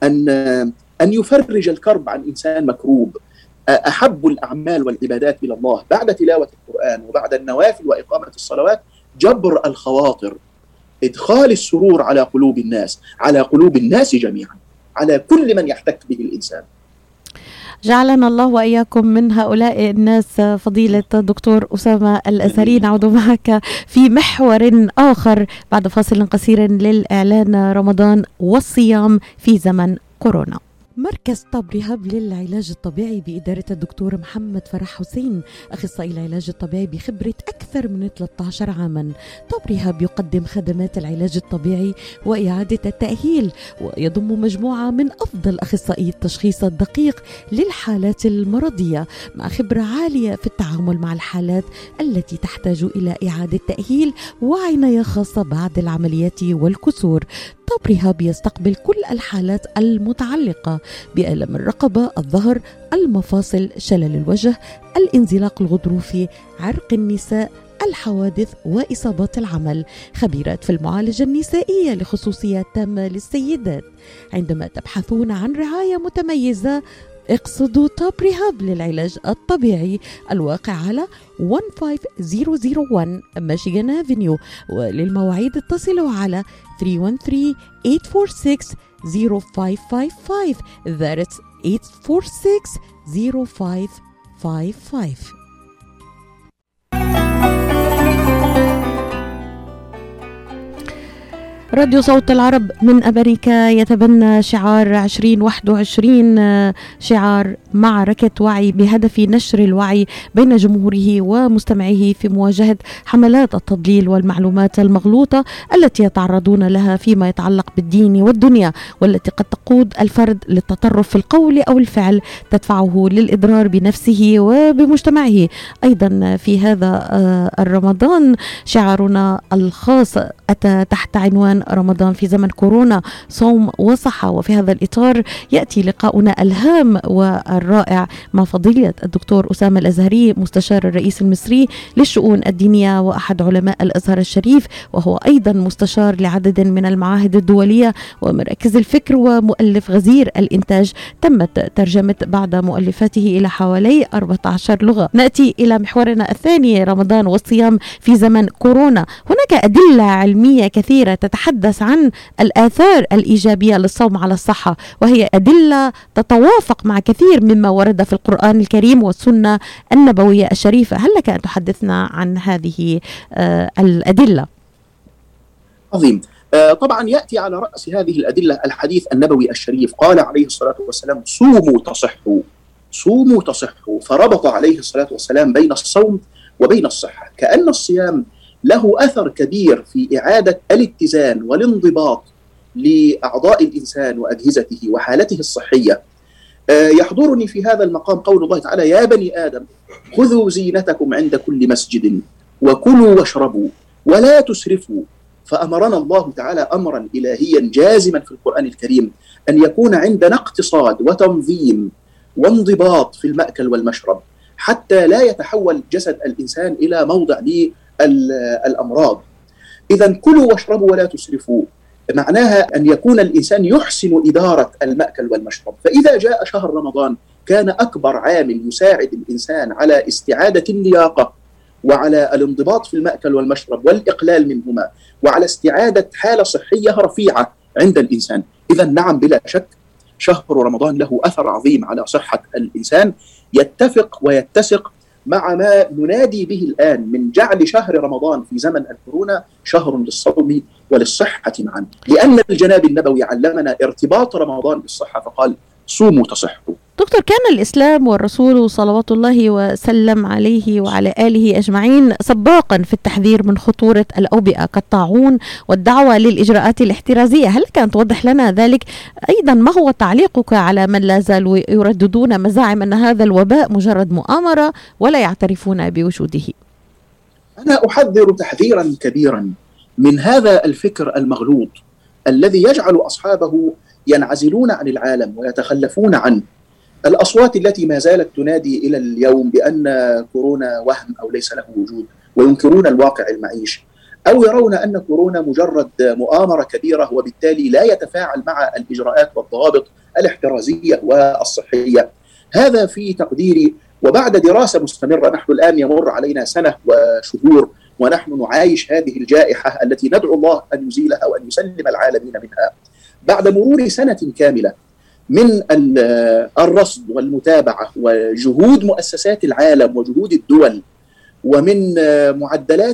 أن يفرج الكرب عن إنسان مكروب. أحب الأعمال والعبادات إلى الله بعد تلاوة القرآن وبعد النوافل وإقامة الصلوات جبر الخواطر، إدخال السرور على قلوب الناس، على قلوب الناس جميعا، على كل من يحتك به الإنسان.
جعلنا الله وإياكم من هؤلاء الناس. فضيلة الدكتور أسامة الأزهري، نعود معك في محور آخر بعد فاصل قصير للإعلان. رمضان والصيام في زمن كورونا. مركز طب ريهاب للعلاج الطبيعي بإدارة الدكتور محمد فرح حسين، أخصائي العلاج الطبيعي بخبرة أكثر من 13 عاما. طب ريهاب يقدم خدمات العلاج الطبيعي وإعادة التأهيل، ويضم مجموعة من أفضل أخصائي التشخيص الدقيق للحالات المرضية مع خبرة عالية في التعامل مع الحالات التي تحتاج إلى إعادة تأهيل وعناية خاصة بعد العمليات والكسور. طب ريهاب يستقبل كل الحالات المتعلقة بألم الرقبة، الظهر، المفاصل، شلل الوجه، الانزلاق الغضروفي، عرق النساء، الحوادث وإصابات العمل، خبيرات في المعالجة النسائية لخصوصيات تامة للسيدات. عندما تبحثون عن رعاية متميزة اقصدوا توب ريهاب للعلاج الطبيعي الواقع على 15001 ميشيغان افنيو، وللمواعيد اتصلوا على 313-846-0555. That's 846-0555. راديو صوت العرب من أمريكا يتبنى شعار 2021، شعار معركة وعي بهدف نشر الوعي بين جمهوره ومستمعيه في مواجهة حملات التضليل والمعلومات المغلوطة التي يتعرضون لها فيما يتعلق بالدين والدنيا، والتي قد تقود الفرد للتطرف في القول أو الفعل تدفعه للإضرار بنفسه وبمجتمعه. أيضا في هذا الرمضان شعارنا الخاص أتى تحت عنوان رمضان في زمن كورونا، صوم وصحة. وفي هذا الإطار يأتي لقاؤنا الهام والرائع مع فضيلة الدكتور أسامة الأزهري، مستشار الرئيس المصري للشؤون الدينية وأحد علماء الأزهر الشريف، وهو أيضا مستشار لعدد من المعاهد الدولية ومراكز الفكر ومؤلف غزير الإنتاج. تمت ترجمة بعض مؤلفاته إلى حوالي 14 لغة. نأتي إلى محورنا الثاني، رمضان والصيام في زمن كورونا. هناك أدلة علمية كثيرة تتحدث عن الآثار الإيجابية للصوم على الصحة، وهي أدلة تتوافق مع كثير مما ورد في القرآن الكريم والسنة النبوية الشريفة. هل لك أن تحدثنا عن هذه الأدلة؟
عظيم. طبعا يأتي على رأس هذه الأدلة الحديث النبوي الشريف، قال عليه الصلاة والسلام: صوموا تصحوا، صوموا تصحوا. فربط عليه الصلاة والسلام بين الصوم وبين الصحة، كأن الصيام له أثر كبير في إعادة الاتزان والانضباط لأعضاء الإنسان وأجهزته وحالته الصحية. يحضرني في هذا المقام قول الله تعالى: يا بني آدم خذوا زينتكم عند كل مسجد وكلوا واشربوا ولا تسرفوا. فأمرنا الله تعالى أمرا إلهيا جازما في القرآن الكريم أن يكون عندنا اقتصاد وتنظيم وانضباط في المأكل والمشرب، حتى لا يتحول جسد الإنسان إلى موضع للأمراض. إذن كلوا واشربوا ولا تسرفوا، معناها أن يكون الإنسان يحسن إدارة المأكل والمشرب. فإذا جاء شهر رمضان كان أكبر عامل يساعد الإنسان على استعادة اللياقة وعلى الانضباط في المأكل والمشرب والإقلال منهما وعلى استعادة حالة صحية رفيعة عند الإنسان. إذن نعم بلا شك شهر رمضان له أثر عظيم على صحة الإنسان، يتفق ويتسق مع ما ننادي به الآن من جعل شهر رمضان في زمن الكورونا شهر للصوم وللصحة معا، لأن الجناب النبوي علمنا ارتباط رمضان بالصحة فقال: صوموا تصحوا.
دكتور، كان الإسلام والرسول صلوات الله وسلم عليه وعلى آله أجمعين سباقا في التحذير من خطورة الأوبئة كالطاعون والدعوة للإجراءات الاحترازية. هل كان توضح لنا ذلك؟ أيضا ما هو تعليقك على من لا زالوا يرددون مزاعم أن هذا الوباء مجرد مؤامرة ولا يعترفون بوجوده؟
أنا أحذر تحذيرا كبيرا من هذا الفكر المغلوط الذي يجعل أصحابه ينعزلون عن العالم ويتخلفون عنه. الأصوات التي ما زالت تنادي إلى اليوم بأن كورونا وهم أو ليس له وجود، وينكرون الواقع المعيش، أو يرون أن كورونا مجرد مؤامرة كبيرة وبالتالي لا يتفاعل مع الإجراءات والضوابط الاحترازية والصحية. هذا في تقديري وبعد دراسة مستمرة. نحن الآن يمر علينا سنة وشهور ونحن نعايش هذه الجائحة التي ندعو الله أن يزيلها وأن يسلم العالمين منها. بعد مرور سنة كاملة من الرصد والمتابعة وجهود مؤسسات العالم وجهود الدول، ومن معدلات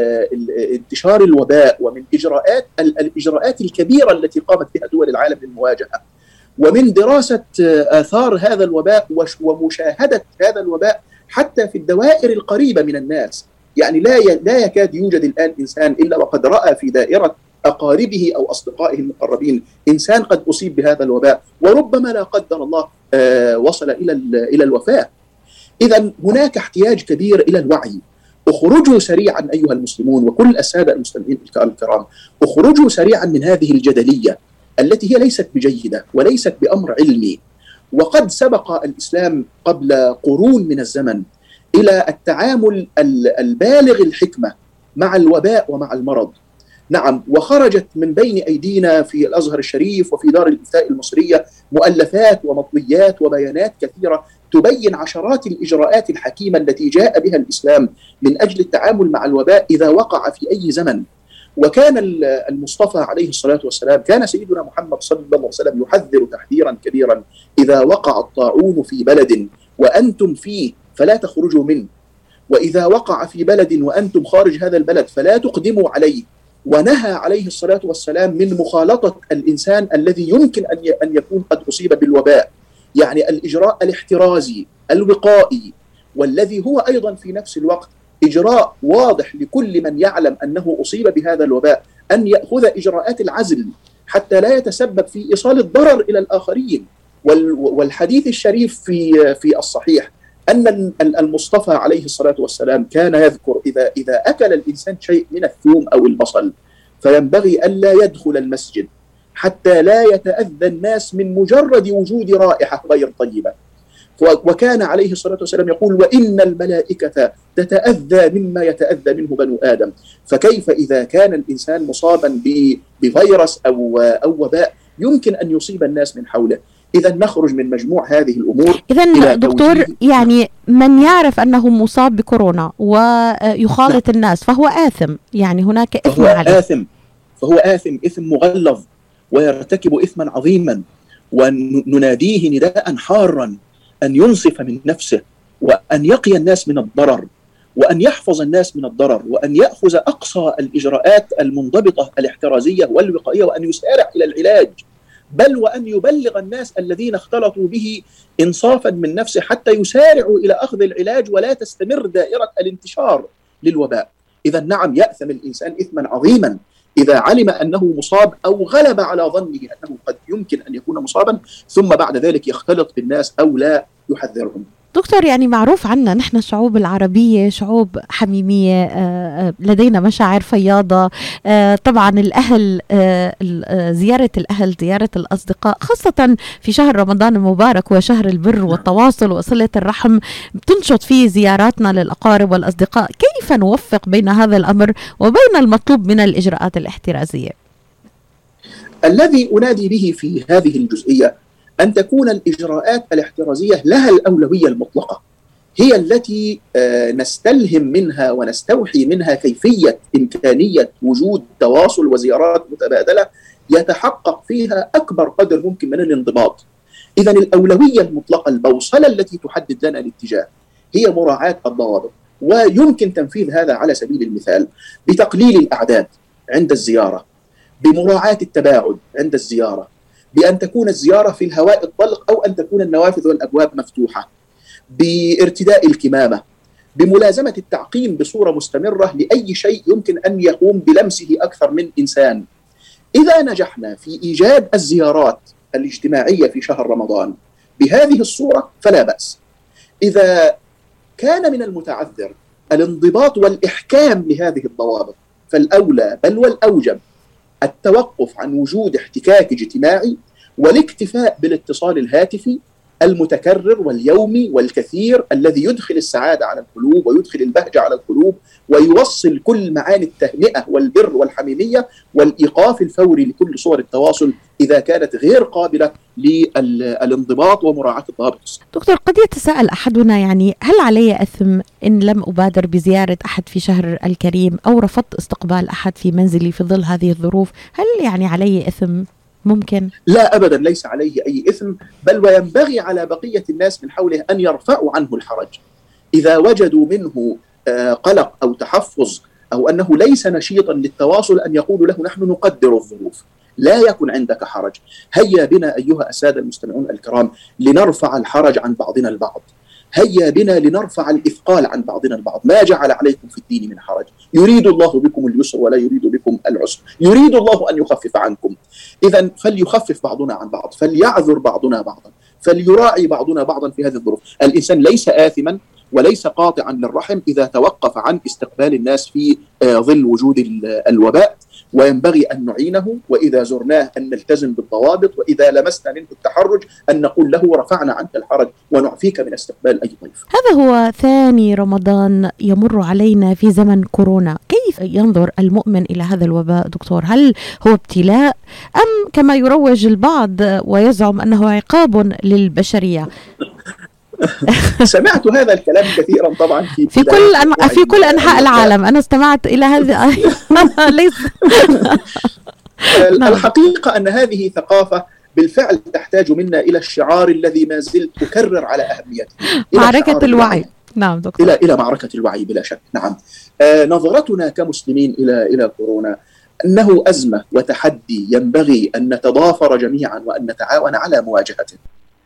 انتشار الوباء، ومن الإجراءات الكبيرة التي قامت بها دول العالم للمواجهة، ومن دراسة آثار هذا الوباء ومشاهدة هذا الوباء حتى في الدوائر القريبة من الناس. يعني لا يكاد يوجد الآن إنسان إلا وقد رأى في دائرة أقاربه أو أصدقائه المقربين إنسان قد أصيب بهذا الوباء، وربما لا قدر الله وصل إلى الوفاة. إذن هناك احتياج كبير إلى الوعي. اخرجوا سريعا أيها المسلمون وكل السادة المستمعين الكرام، اخرجوا سريعا من هذه الجدلية التي هي ليست بجيدة وليست بأمر علمي. وقد سبق الإسلام قبل قرون من الزمن إلى التعامل البالغ الحكمة مع الوباء ومع المرض. نعم، وخرجت من بين أيدينا في الأزهر الشريف وفي دار الإفتاء المصرية مؤلفات ومطويات وبيانات كثيرة تبين عشرات الإجراءات الحكيمة التي جاء بها الإسلام من أجل التعامل مع الوباء إذا وقع في أي زمن. وكان المصطفى عليه الصلاة والسلام، كان سيدنا محمد صلى الله عليه وسلم يحذر تحذيرا كبيرا: إذا وقع الطاعون في بلد وأنتم فيه فلا تخرجوا منه، وإذا وقع في بلد وأنتم خارج هذا البلد فلا تقدموا عليه. ونهى عليه الصلاة والسلام من مخالطة الإنسان الذي يمكن أن يكون قد أصيب بالوباء، يعني الإجراء الاحترازي الوقائي، والذي هو أيضا في نفس الوقت إجراء واضح لكل من يعلم أنه أصيب بهذا الوباء أن يأخذ إجراءات العزل حتى لا يتسبب في إيصال الضرر إلى الآخرين. والحديث الشريف في الصحيح أن المصطفى عليه الصلاة والسلام كان يذكر إذا أكل الإنسان شيء من الثوم أو البصل فينبغي ألا يدخل المسجد حتى لا يتأذى الناس من مجرد وجود رائحة غير طيبة. وكان عليه الصلاة والسلام يقول: وإن الملائكة تتأذى مما يتأذى منه بنو آدم. فكيف إذا كان الإنسان مصابا بفيروس أو وباء يمكن أن يصيب الناس من حوله؟ إذا نخرج من مجموع هذه الأمور.
إذا دكتور، يعني من يعرف أنه مصاب بكورونا ويخالط الناس فهو آثم، يعني هناك إثم عليه.
فهو آثم إثم مغلظ ويرتكب إثما عظيما، ونناديه نداء حارا أن ينصف من نفسه وأن يقي الناس من الضرر وأن يحفظ الناس من الضرر وأن يأخذ أقصى الإجراءات المنضبطة الاحترازية والوقائية وأن يسارع إلى العلاج، بل وأن يبلغ الناس الذين اختلطوا به إنصافا من نفسه حتى يسارعوا إلى أخذ العلاج ولا تستمر دائرة الانتشار للوباء. إذا نعم، يأثم الإنسان إثما عظيما إذا علم أنه مصاب أو غلب على ظنه أنه قد يمكن أن يكون مصابا ثم بعد ذلك يختلط بالناس أو لا يحذرهم.
دكتور، يعني معروف عنا نحن الشعوب العربية شعوب حميمية، لدينا مشاعر فياضة. طبعا الأهل، زيارة الأهل، زيارة الأصدقاء، خاصة في شهر رمضان المبارك وشهر البر والتواصل وصلة الرحم، بتنشط فيه زياراتنا للأقارب والأصدقاء. كيف نوفق بين هذا الأمر وبين المطلوب من الإجراءات الاحترازية؟
الذي أنادي به في هذه الجزئية أن تكون الإجراءات الاحترازية لها الأولوية المطلقة، هي التي نستلهم منها ونستوحي منها كيفية إمكانية وجود تواصل وزيارات متبادلة يتحقق فيها أكبر قدر ممكن من الانضباط. إذن الأولوية المطلقة، البوصلة التي تحدد لنا الاتجاه، هي مراعاة الضوابط. ويمكن تنفيذ هذا على سبيل المثال بتقليل الأعداد عند الزيارة، بمراعاة التباعد عند الزيارة، بأن تكون الزيارة في الهواء الطلق أو أن تكون النوافذ والأبواب مفتوحة، بارتداء الكمامة، بملازمة التعقيم بصورة مستمرة لأي شيء يمكن أن يقوم بلمسه أكثر من إنسان. إذا نجحنا في إيجاد الزيارات الاجتماعية في شهر رمضان بهذه الصورة فلا بأس. إذا كان من المتعذر الانضباط والإحكام لهذه الضوابط فالأولى بل والأوجب التوقف عن وجود احتكاك اجتماعي والاكتفاء بالاتصال الهاتفي المتكرر واليومي والكثير الذي يدخل السعادة على القلوب ويدخل البهجة على القلوب ويوصل كل معاني التهنئة والبر والحميمية والإيقاف الفوري لكل صور التواصل إذا كانت غير قابلة للانضباط ومراعاة الضوابط.
دكتور، قد يتساءل أحدنا، يعني هل علي أثم إن لم أبادر بزيارة أحد في شهر الكريم أو رفضت استقبال أحد في منزلي في ظل هذه الظروف؟ هل يعني علي أثم؟ ممكن؟
لا أبدا، ليس عليه أي إثم، بل وينبغي على بقية الناس من حوله أن يرفعوا عنه الحرج إذا وجدوا منه قلق أو تحفظ أو أنه ليس نشيطا للتواصل، أن يقولوا له: نحن نقدر الظروف، لا يكن عندك حرج. هيا بنا أيها السادة المستمعون الكرام لنرفع الحرج عن بعضنا البعض، هيا بنا لنرفع الإثقال عن بعضنا البعض. ما جعل عليكم في الدين من حرج، يريد الله بكم اليسر ولا يريد بكم العسر، يريد الله أن يخفف عنكم. إذن فليخفف بعضنا عن بعض، فليعذر بعضنا بعضا، فليراعي بعضنا بعضا في هذه الظروف. الإنسان ليس آثما وليس قاطعا للرحم إذا توقف عن استقبال الناس في ظل وجود الوباء، وينبغي أن نعينه، وإذا زرناه أن نلتزم بالضوابط، وإذا لمسنا منه التحرج أن نقول له رفعنا عنك الحرج ونعفيك من استقبال أي ضيف.
هذا هو ثاني رمضان يمر علينا في زمن كورونا. كيف ينظر المؤمن إلى هذا الوباء دكتور؟ هل هو ابتلاء أم كما يروج البعض ويزعم أنه عقاب للبشرية؟
سمعت هذا الكلام كثيرا طبعا
في كل أنحاء العالم. أنا استمعت إلى هذا. ليس
الحقيقة أن هذه ثقافة بالفعل تحتاج منا إلى الشعار الذي ما زلت أكرر على أهميته،
معركة الوعي. نعم دكتور.
إلى معركة الوعي بلا شك. نعم. نظرتنا كمسلمين إلى كورونا أنه أزمة وتحدي ينبغي أن نتضافر جميعا وأن نتعاون على مواجهته.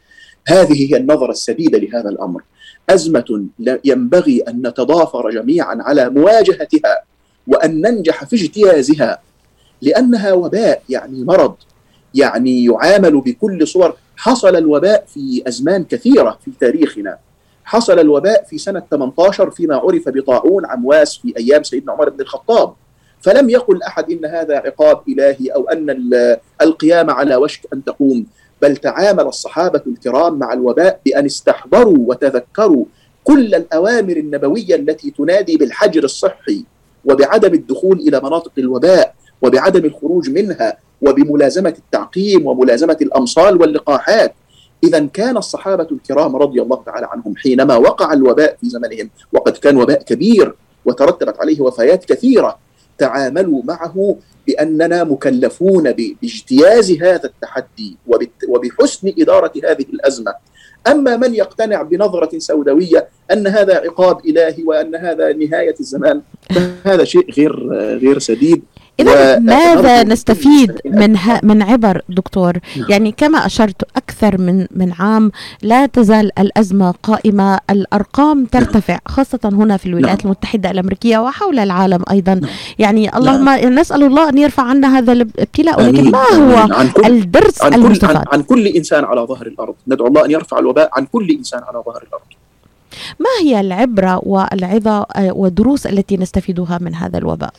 هذه هي النظرة السديدة لهذا الأمر. أزمة ينبغي أن نتضافر جميعا على مواجهتها وأن ننجح في اجتيازها، لأنها وباء، يعني مرض، يعني يعامل بكل صور. حصل الوباء في أزمان كثيرة في تاريخنا. حصل الوباء في سنة 18 فيما عرف بطاعون عمواس في أيام سيدنا عمر بن الخطاب، فلم يقل أحد إن هذا عقاب إلهي أو أن القيامة على وشك أن تقوم، بل تعامل الصحابة الكرام مع الوباء بأن استحضروا وتذكروا كل الأوامر النبوية التي تنادي بالحجر الصحي وبعدم الدخول إلى مناطق الوباء وبعدم الخروج منها وبملازمة التعقيم وملازمة الأمصال واللقاحات. إذا كان الصحابة الكرام رضي الله تعالى عنهم حينما وقع الوباء في زمنهم، وقد كان وباء كبير وترتبت عليه وفيات كثيرة، تعاملوا معه بأننا مكلفون باجتياز هذا التحدي وبحسن إدارة هذه الأزمة. أما من يقتنع بنظرة سوداوية أن هذا عقاب إلهي وأن هذا نهاية الزمان، فهذا شيء غير سديد.
إذا ماذا نستفيد من عبر دكتور؟ يعني كما أشرت أكثر من عام لا تزال الأزمة قائمة، الأرقام ترتفع خاصة هنا في الولايات المتحدة الأمريكية وحول العالم أيضا. يعني اللهم نسأل الله أن يرفع عنا هذا الابتلاء، ولكن ما هو الدرس المستفاد؟
عن كل إنسان على ظهر الأرض. ندعو الله أن يرفع الوباء عن كل إنسان على ظهر الأرض.
ما هي العبرة والعظة والدروس التي نستفيدها من هذا الوباء،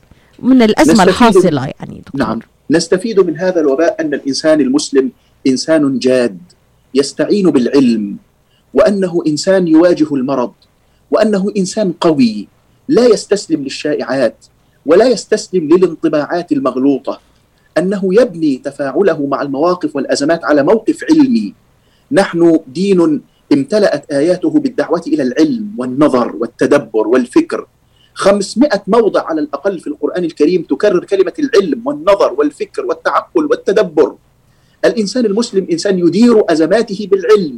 من الأزمة الحاصلة يعني دكتور؟
نعم، نستفيد من هذا الوباء أن الإنسان المسلم إنسان جاد يستعين بالعلم، وأنه إنسان يواجه المرض، وأنه إنسان قوي لا يستسلم للشائعات ولا يستسلم للانطباعات المغلوطة، أنه يبني تفاعله مع المواقف والأزمات على موقف علمي. نحن دين امتلأت آياته بالدعوة إلى العلم والنظر والتدبر والفكر. 500 موضع على الأقل في القرآن الكريم تكرر كلمة العلم والنظر والفكر والتعقل والتدبر. الإنسان المسلم إنسان يدير أزماته بالعلم،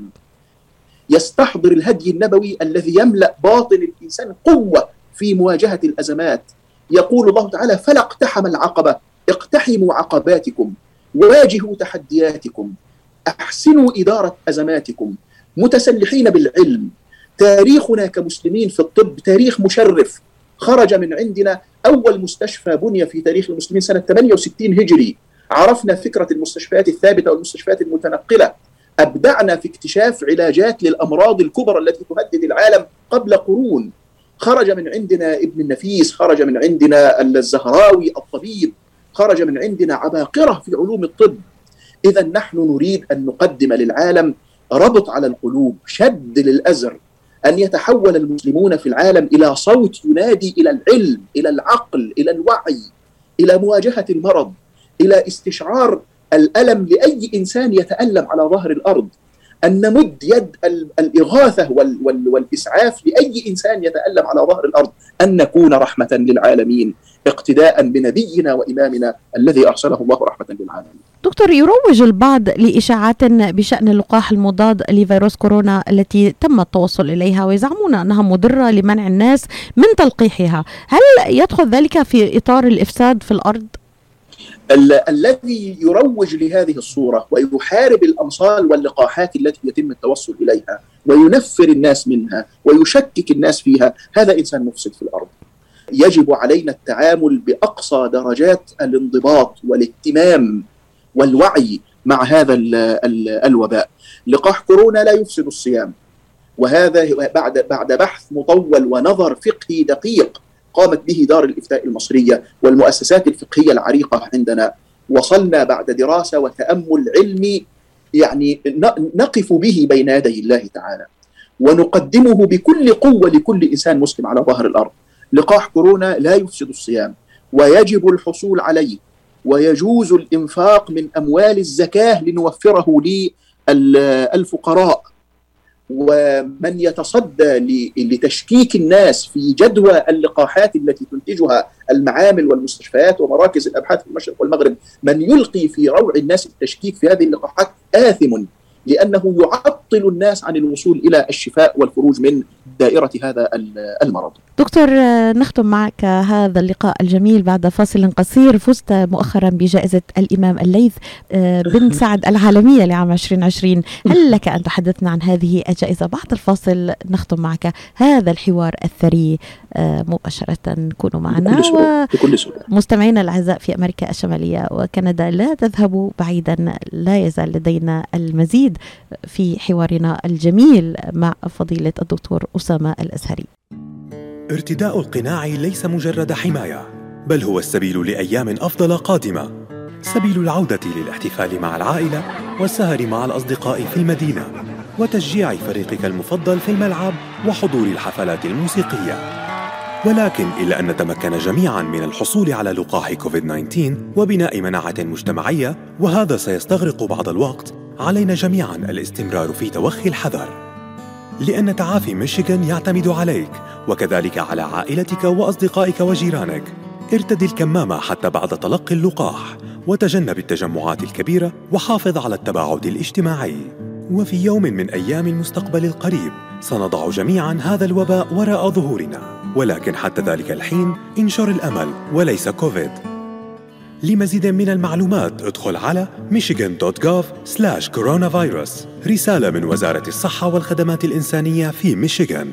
يستحضر الهدي النبوي الذي يملأ باطن الإنسان قوة في مواجهة الأزمات. يقول الله تعالى: فلا اقتحم العقبة، اقتحموا عقباتكم، واجهوا تحدياتكم، أحسنوا إدارة أزماتكم، متسلحين بالعلم. تاريخنا كمسلمين في الطب تاريخ مشرف. خرج من عندنا أول مستشفى بني في تاريخ المسلمين سنة 68 هجري. عرفنا فكرة المستشفيات الثابتة والمستشفيات المتنقلة. أبدعنا في اكتشاف علاجات للأمراض الكبرى التي تهدد العالم قبل قرون. خرج من عندنا ابن النفيس، خرج من عندنا الزهراوي الطبيب، خرج من عندنا عباقرة في علوم الطب. إذا نحن نريد أن نقدم للعالم ربط على القلوب، شد للأزر، أن يتحول المسلمون في العالم إلى صوت ينادي إلى العلم، إلى العقل، إلى الوعي، إلى مواجهة المرض، إلى استشعار الألم لأي إنسان يتألم على ظهر الأرض، أن نمد يد الإغاثة والإسعاف لأي إنسان يتألم على ظهر الأرض، أن نكون رحمة للعالمين اقتداء بنبينا وإمامنا الذي أرسله الله رحمة للعالمين.
دكتور، يروج البعض لإشاعات بشأن اللقاح المضاد لفيروس كورونا التي تم التوصل إليها، ويزعمون أنها مضرة لمنع الناس من تلقيحها. هل يدخل ذلك في إطار الإفساد في الأرض؟
الذي يروج لهذه الصورة ويحارب الأمصال واللقاحات التي يتم التوصل إليها وينفر الناس منها ويشكك الناس فيها، هذا إنسان مفسد في الأرض. يجب علينا التعامل بأقصى درجات الانضباط والاهتمام والوعي مع هذا الوباء. لقاح كورونا لا يفسد الصيام، وهذا بعد بحث مطول ونظر فقهي دقيق قامت به دار الإفتاء المصرية والمؤسسات الفقهية العريقة عندنا، وصلنا بعد دراسة وتأمل علمي يعني نقف به بين يدي الله تعالى ونقدمه بكل قوة لكل إنسان مسلم على ظهر الأرض. لقاح كورونا لا يفسد الصيام ويجب الحصول عليه، ويجوز الإنفاق من أموال الزكاة لنوفره للفقراء. ومن يتصدى لتشكيك الناس في جدوى اللقاحات التي تنتجها المعامل والمستشفيات ومراكز الأبحاث في المشرق والمغرب، من يلقي في روع الناس التشكيك في هذه اللقاحات آثم، لأنه يعطل الناس عن الوصول إلى الشفاء والخروج من دائرة هذا المرض.
دكتور، نختم معك هذا اللقاء الجميل بعد فاصل قصير. فزت مؤخرا بجائزة الإمام الليث بن سعد العالمية لعام 2020. هل لك أن تحدثنا عن هذه الجائزة؟ بعد الفاصل نختم معك هذا الحوار الثري مباشرة. كونوا معنا. ومستمعينا الأعزاء في أمريكا الشمالية وكندا، لا تذهبوا بعيدا، لا يزال لدينا المزيد في حوارنا الجميل مع فضيلة الدكتور أسامة الأزهري.
ارتداء القناع ليس مجرد حماية، بل هو السبيل لأيام أفضل قادمة، سبيل العودة للاحتفال مع العائلة والسهر مع الأصدقاء في المدينة وتشجيع فريقك المفضل في الملعب وحضور الحفلات الموسيقية. ولكن إلا أن نتمكن جميعاً من الحصول على لقاح كوفيد-19 وبناء مناعة مجتمعية، وهذا سيستغرق بعض الوقت، علينا جميعاً الاستمرار في توخي الحذر، لأن تعافي ميشيغان يعتمد عليك وكذلك على عائلتك وأصدقائك وجيرانك. ارتدي الكمامة حتى بعد تلقي اللقاح، وتجنب التجمعات الكبيرة، وحافظ على التباعد الاجتماعي. وفي يوم من أيام المستقبل القريب سنضع جميعاً هذا الوباء وراء ظهورنا، ولكن حتى ذلك الحين انشر الأمل وليس كوفيد. لمزيد من المعلومات ادخل على michigan.gov/coronavirus. رسالة من وزارة الصحة والخدمات الإنسانية في ميشيغان.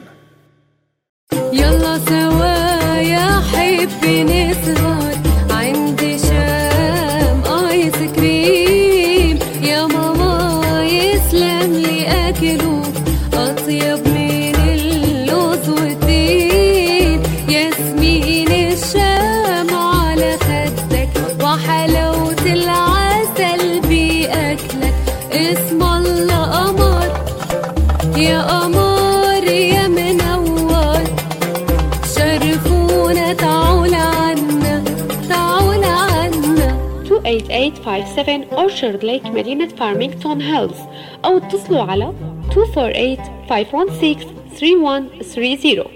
يلا سوا يا حبي نسهر عند شام آيس كريم، يا ماما يسلم لي أكله أطيب من اللوز والتين، ياسمين الشام على خدك وحلاوة العسل بأكلك، اسم الله قمر يا قمر يا منور، شرفونا تعول عنا تعول عنا.
28857 Orchard Lake مدينة فارمينغتون هيلز، أو اتصلوا على 248-516-3130.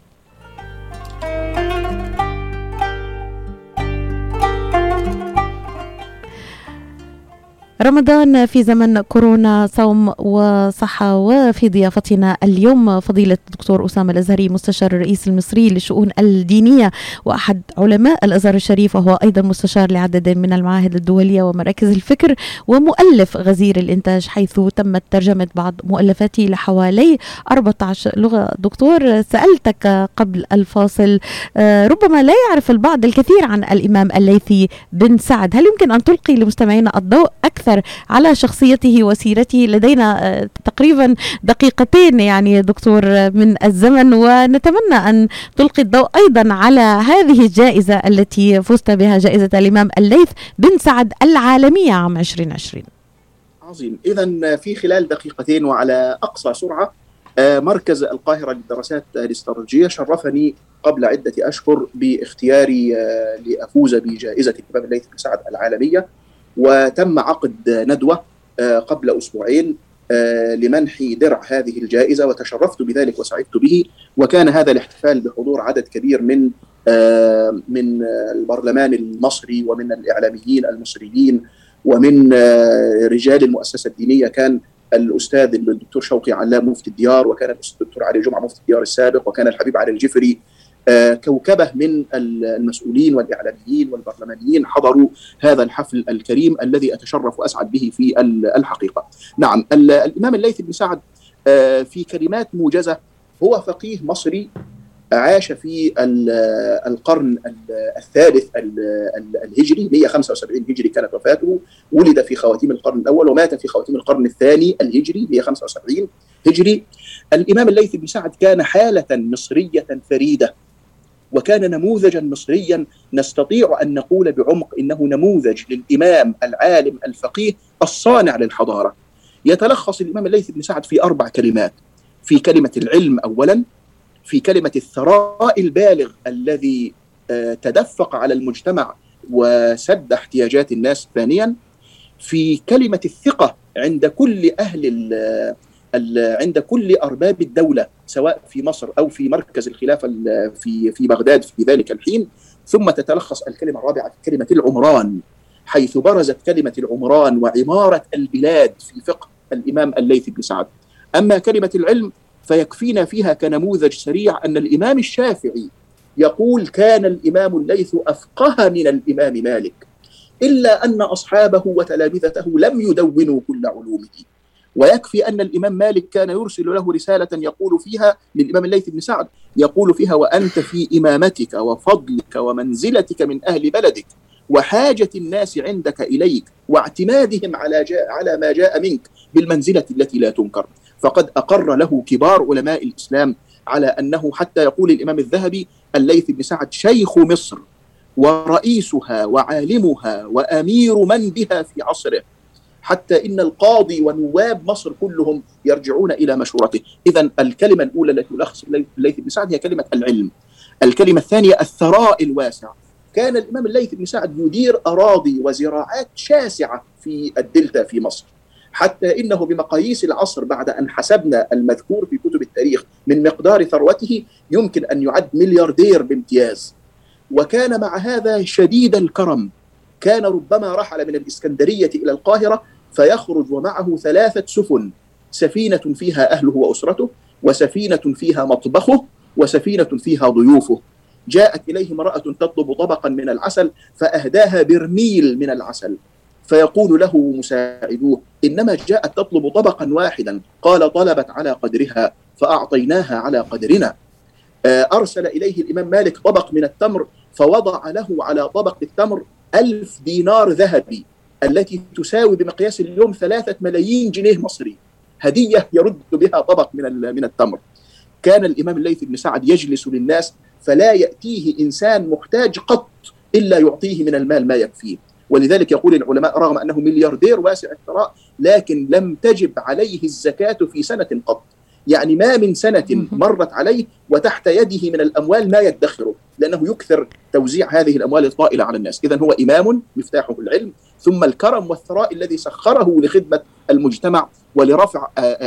رمضان في زمن كورونا، صوم وصحة. وفي ضيافتنا اليوم فضيلة الدكتور أسامة الأزهري، مستشار الرئيس المصري للشؤون الدينية وأحد علماء الأزهر الشريف، وهو أيضا مستشار لعدد من المعاهد الدولية ومراكز الفكر، ومؤلف غزير الإنتاج، حيث تمت ترجمة بعض مؤلفاته لحوالي 14 لغة. دكتور، سألتك قبل الفاصل، ربما لا يعرف البعض الكثير عن الإمام الليثي بن سعد، هل يمكن أن تلقي لمستمعينا الضوء أكثر على شخصيته وسيرته؟ لدينا تقريبا دقيقتين يعني دكتور من الزمن، ونتمنى أن تلقي الضوء أيضا على هذه الجائزة التي فزت بها، جائزة الإمام الليث بن سعد العالمية عام 2020.
عظيم. إذن في خلال دقيقتين وعلى أقصى سرعة، مركز القاهرة للدراسات الاستراتيجية شرفني قبل عدة أشهر باختياري لأفوز بجائزة الإمام الليث بن سعد العالمية، وتم عقد ندوة قبل أسبوعين لمنح درع هذه الجائزة، وتشرفت بذلك وسعدت به. وكان هذا الاحتفال بحضور عدد كبير من البرلمان المصري ومن الإعلاميين المصريين ومن رجال المؤسسة الدينية. كان الأستاذ الدكتور شوقي علام مفتي الديار، وكان الأستاذ الدكتور علي جمعة مفتي الديار السابق، وكان الحبيب علي الجفري. كوكبة من المسؤولين والإعلاميين والبرلمانيين حضروا هذا الحفل الكريم الذي أتشرف وأسعد به في الحقيقة. نعم، الإمام الليث بن سعد في كلمات موجزة هو فقيه مصري عاش في القرن الثالث الهجري، 175 هجري كانت وفاته. ولد في خواتيم القرن الأول ومات في خواتيم القرن الثاني الهجري 175 هجري. الإمام الليث بن سعد كان حالة مصرية فريدة، وكان نموذجا مصريا نستطيع أن نقول بعمق إنه نموذج للإمام العالم الفقيه الصانع للحضارة. يتلخص الإمام الليث بن سعد في 4 كلمات: في كلمة العلم أولا، في كلمة الثراء البالغ الذي تدفق على المجتمع وسد احتياجات الناس ثانيا، في كلمة الثقة عند كل عند كل أرباب الدولة سواء في مصر أو في مركز الخلافة في بغداد في ذلك الحين. ثم تتلخص الكلمة الرابعة في كلمة العمران، حيث برزت كلمة العمران وعمارة البلاد في فقه الإمام الليث بن سعد. أما كلمة العلم فيكفينا فيها كنموذج سريع أن الإمام الشافعي يقول: كان الإمام الليث أفقه من الإمام مالك، إلا أن أصحابه وتلامذته لم يدونوا كل علومه. ويكفي أن الإمام مالك كان يرسل له رسالة يقول فيها للإمام الليث بن سعد، يقول فيها: وأنت في إمامتك وفضلك ومنزلتك من أهل بلدك وحاجة الناس عندك إليك واعتمادهم على ما جاء منك بالمنزلة التي لا تنكر. فقد أقر له كبار علماء الإسلام على أنه، حتى يقول الإمام الذهبي: الليث بن سعد شيخ مصر ورئيسها وعالمها وأمير من بها في عصره، حتى إن القاضي ونواب مصر كلهم يرجعون إلى مشورته. إذن الكلمة الأولى التي تلخص الليث بن سعد هي كلمة العلم. الكلمة الثانية الثراء الواسع. كان الإمام الليث بن سعد يدير أراضي وزراعات شاسعة في الدلتا في مصر، حتى إنه بمقاييس العصر بعد أن حسبنا المذكور في كتب التاريخ من مقدار ثروته يمكن أن يعد ملياردير بامتياز. وكان مع هذا شديد الكرم، كان ربما رحل من الإسكندرية إلى القاهرة فيخرج ومعه 3 سفن، سفينة فيها أهله وأسرته، وسفينة فيها مطبخه، وسفينة فيها ضيوفه. جاءت إليه امرأة تطلب طبقا من العسل فأهداها برميل من العسل، فيقول له مساعدوه: إنما جاءت تطلب طبقا واحدا. قال: طلبت على قدرها فأعطيناها على قدرنا. أرسل إليه الإمام مالك طبق من التمر فوضع له على طبق التمر 1000 دينار ذهبي، التي تساوي بمقياس اليوم 3 ملايين جنيه مصري، هدية يرد بها طبق من التمر. كان الإمام الليث بن سعد يجلس للناس فلا يأتيه إنسان محتاج قط إلا يعطيه من المال ما يكفيه. ولذلك يقول العلماء: رغم أنه ملياردير واسع الثراء لكن لم تجب عليه الزكاة في سنة قط، يعني ما من سنة مرت عليه وتحت يده من الأموال ما يدخره، لأنه يكثر توزيع هذه الأموال الطائلة على الناس. إذن هو إمام مفتاحه العلم، ثم الكرم والثراء الذي سخره لخدمة المجتمع ولرفع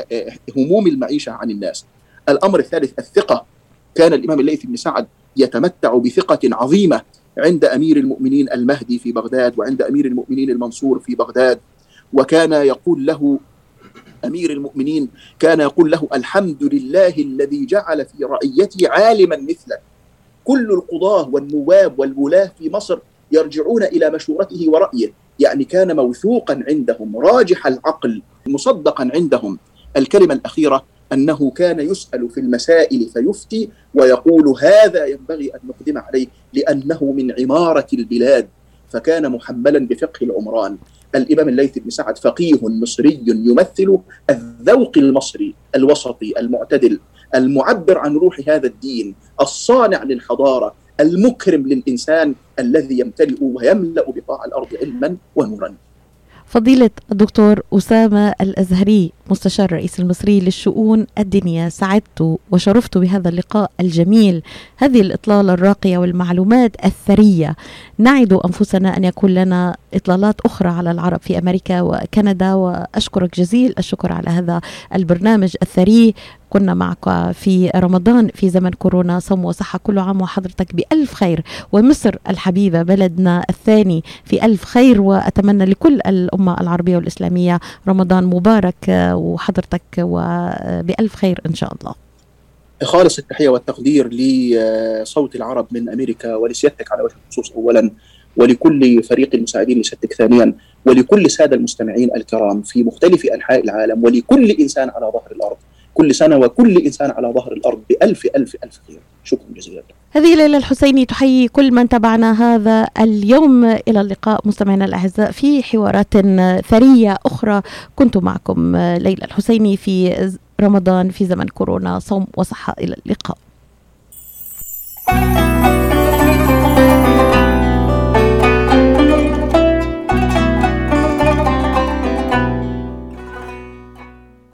هموم المعيشة عن الناس. الأمر الثالث الثقة. كان الإمام الليث بن سعد يتمتع بثقة عظيمة عند أمير المؤمنين المهدي في بغداد وعند أمير المؤمنين المنصور في بغداد. وكان يقول له أمير المؤمنين، كان يقول له: الحمد لله الذي جعل في رعيتي عالما مثلك. كل القضاة والنواب والولاة في مصر يرجعون إلى مشورته ورأيه، يعني كان موثوقا عندهم راجح العقل مصدقا عندهم. الكلمة الأخيرة أنه كان يسأل في المسائل فيفتي ويقول: هذا ينبغي أن نقدم عليه لأنه من عمارة البلاد، فكان محملا بفقه العمران. الإمام الليث بن سعد فقيه مصري يمثل الذوق المصري الوسطي المعتدل المعبر عن روح هذا الدين، الصانع للحضارة، المكرم للإنسان الذي يمتلئ ويملأ بقاع الأرض علما ونورا.
فضيلة الدكتور أسامة الأزهري مستشار الرئيس المصري للشؤون الدينية، سعدت وشرفت بهذا اللقاء الجميل، هذه الإطلالة الراقية والمعلومات الثرية. نعد أنفسنا أن يكون لنا إطلالات أخرى على العرب في أمريكا وكندا، وأشكرك جزيل الشكر على هذا البرنامج الثري. كنا معك في رمضان في زمن كورونا، صوم وصحة، كل عام وحضرتك بألف خير، ومصر الحبيبة بلدنا الثاني في ألف خير، وأتمنى لكل الأمة العربية والإسلامية رمضان مبارك وحضرتك وبألف خير إن شاء الله.
خالص التحية والتقدير لصوت العرب من أمريكا ولسيادتك على وجه الخصوص أولا، ولكل فريق المساعدين لسيادتك ثانيا، ولكل سادة المستمعين الكرام في مختلف أنحاء العالم، ولكل إنسان على ظهر الأرض كل سنة، وكل إنسان على ظهر الأرض بألف ألف ألف خير. شكرا جزيلا.
هذه ليلى الحسيني تحيي كل من تابعنا هذا اليوم. إلى اللقاء مستمعينا الأعزاء في حوارات ثرية أخرى. كنت معكم ليلى الحسيني في رمضان في زمن كورونا، صوم وصحة. إلى اللقاء.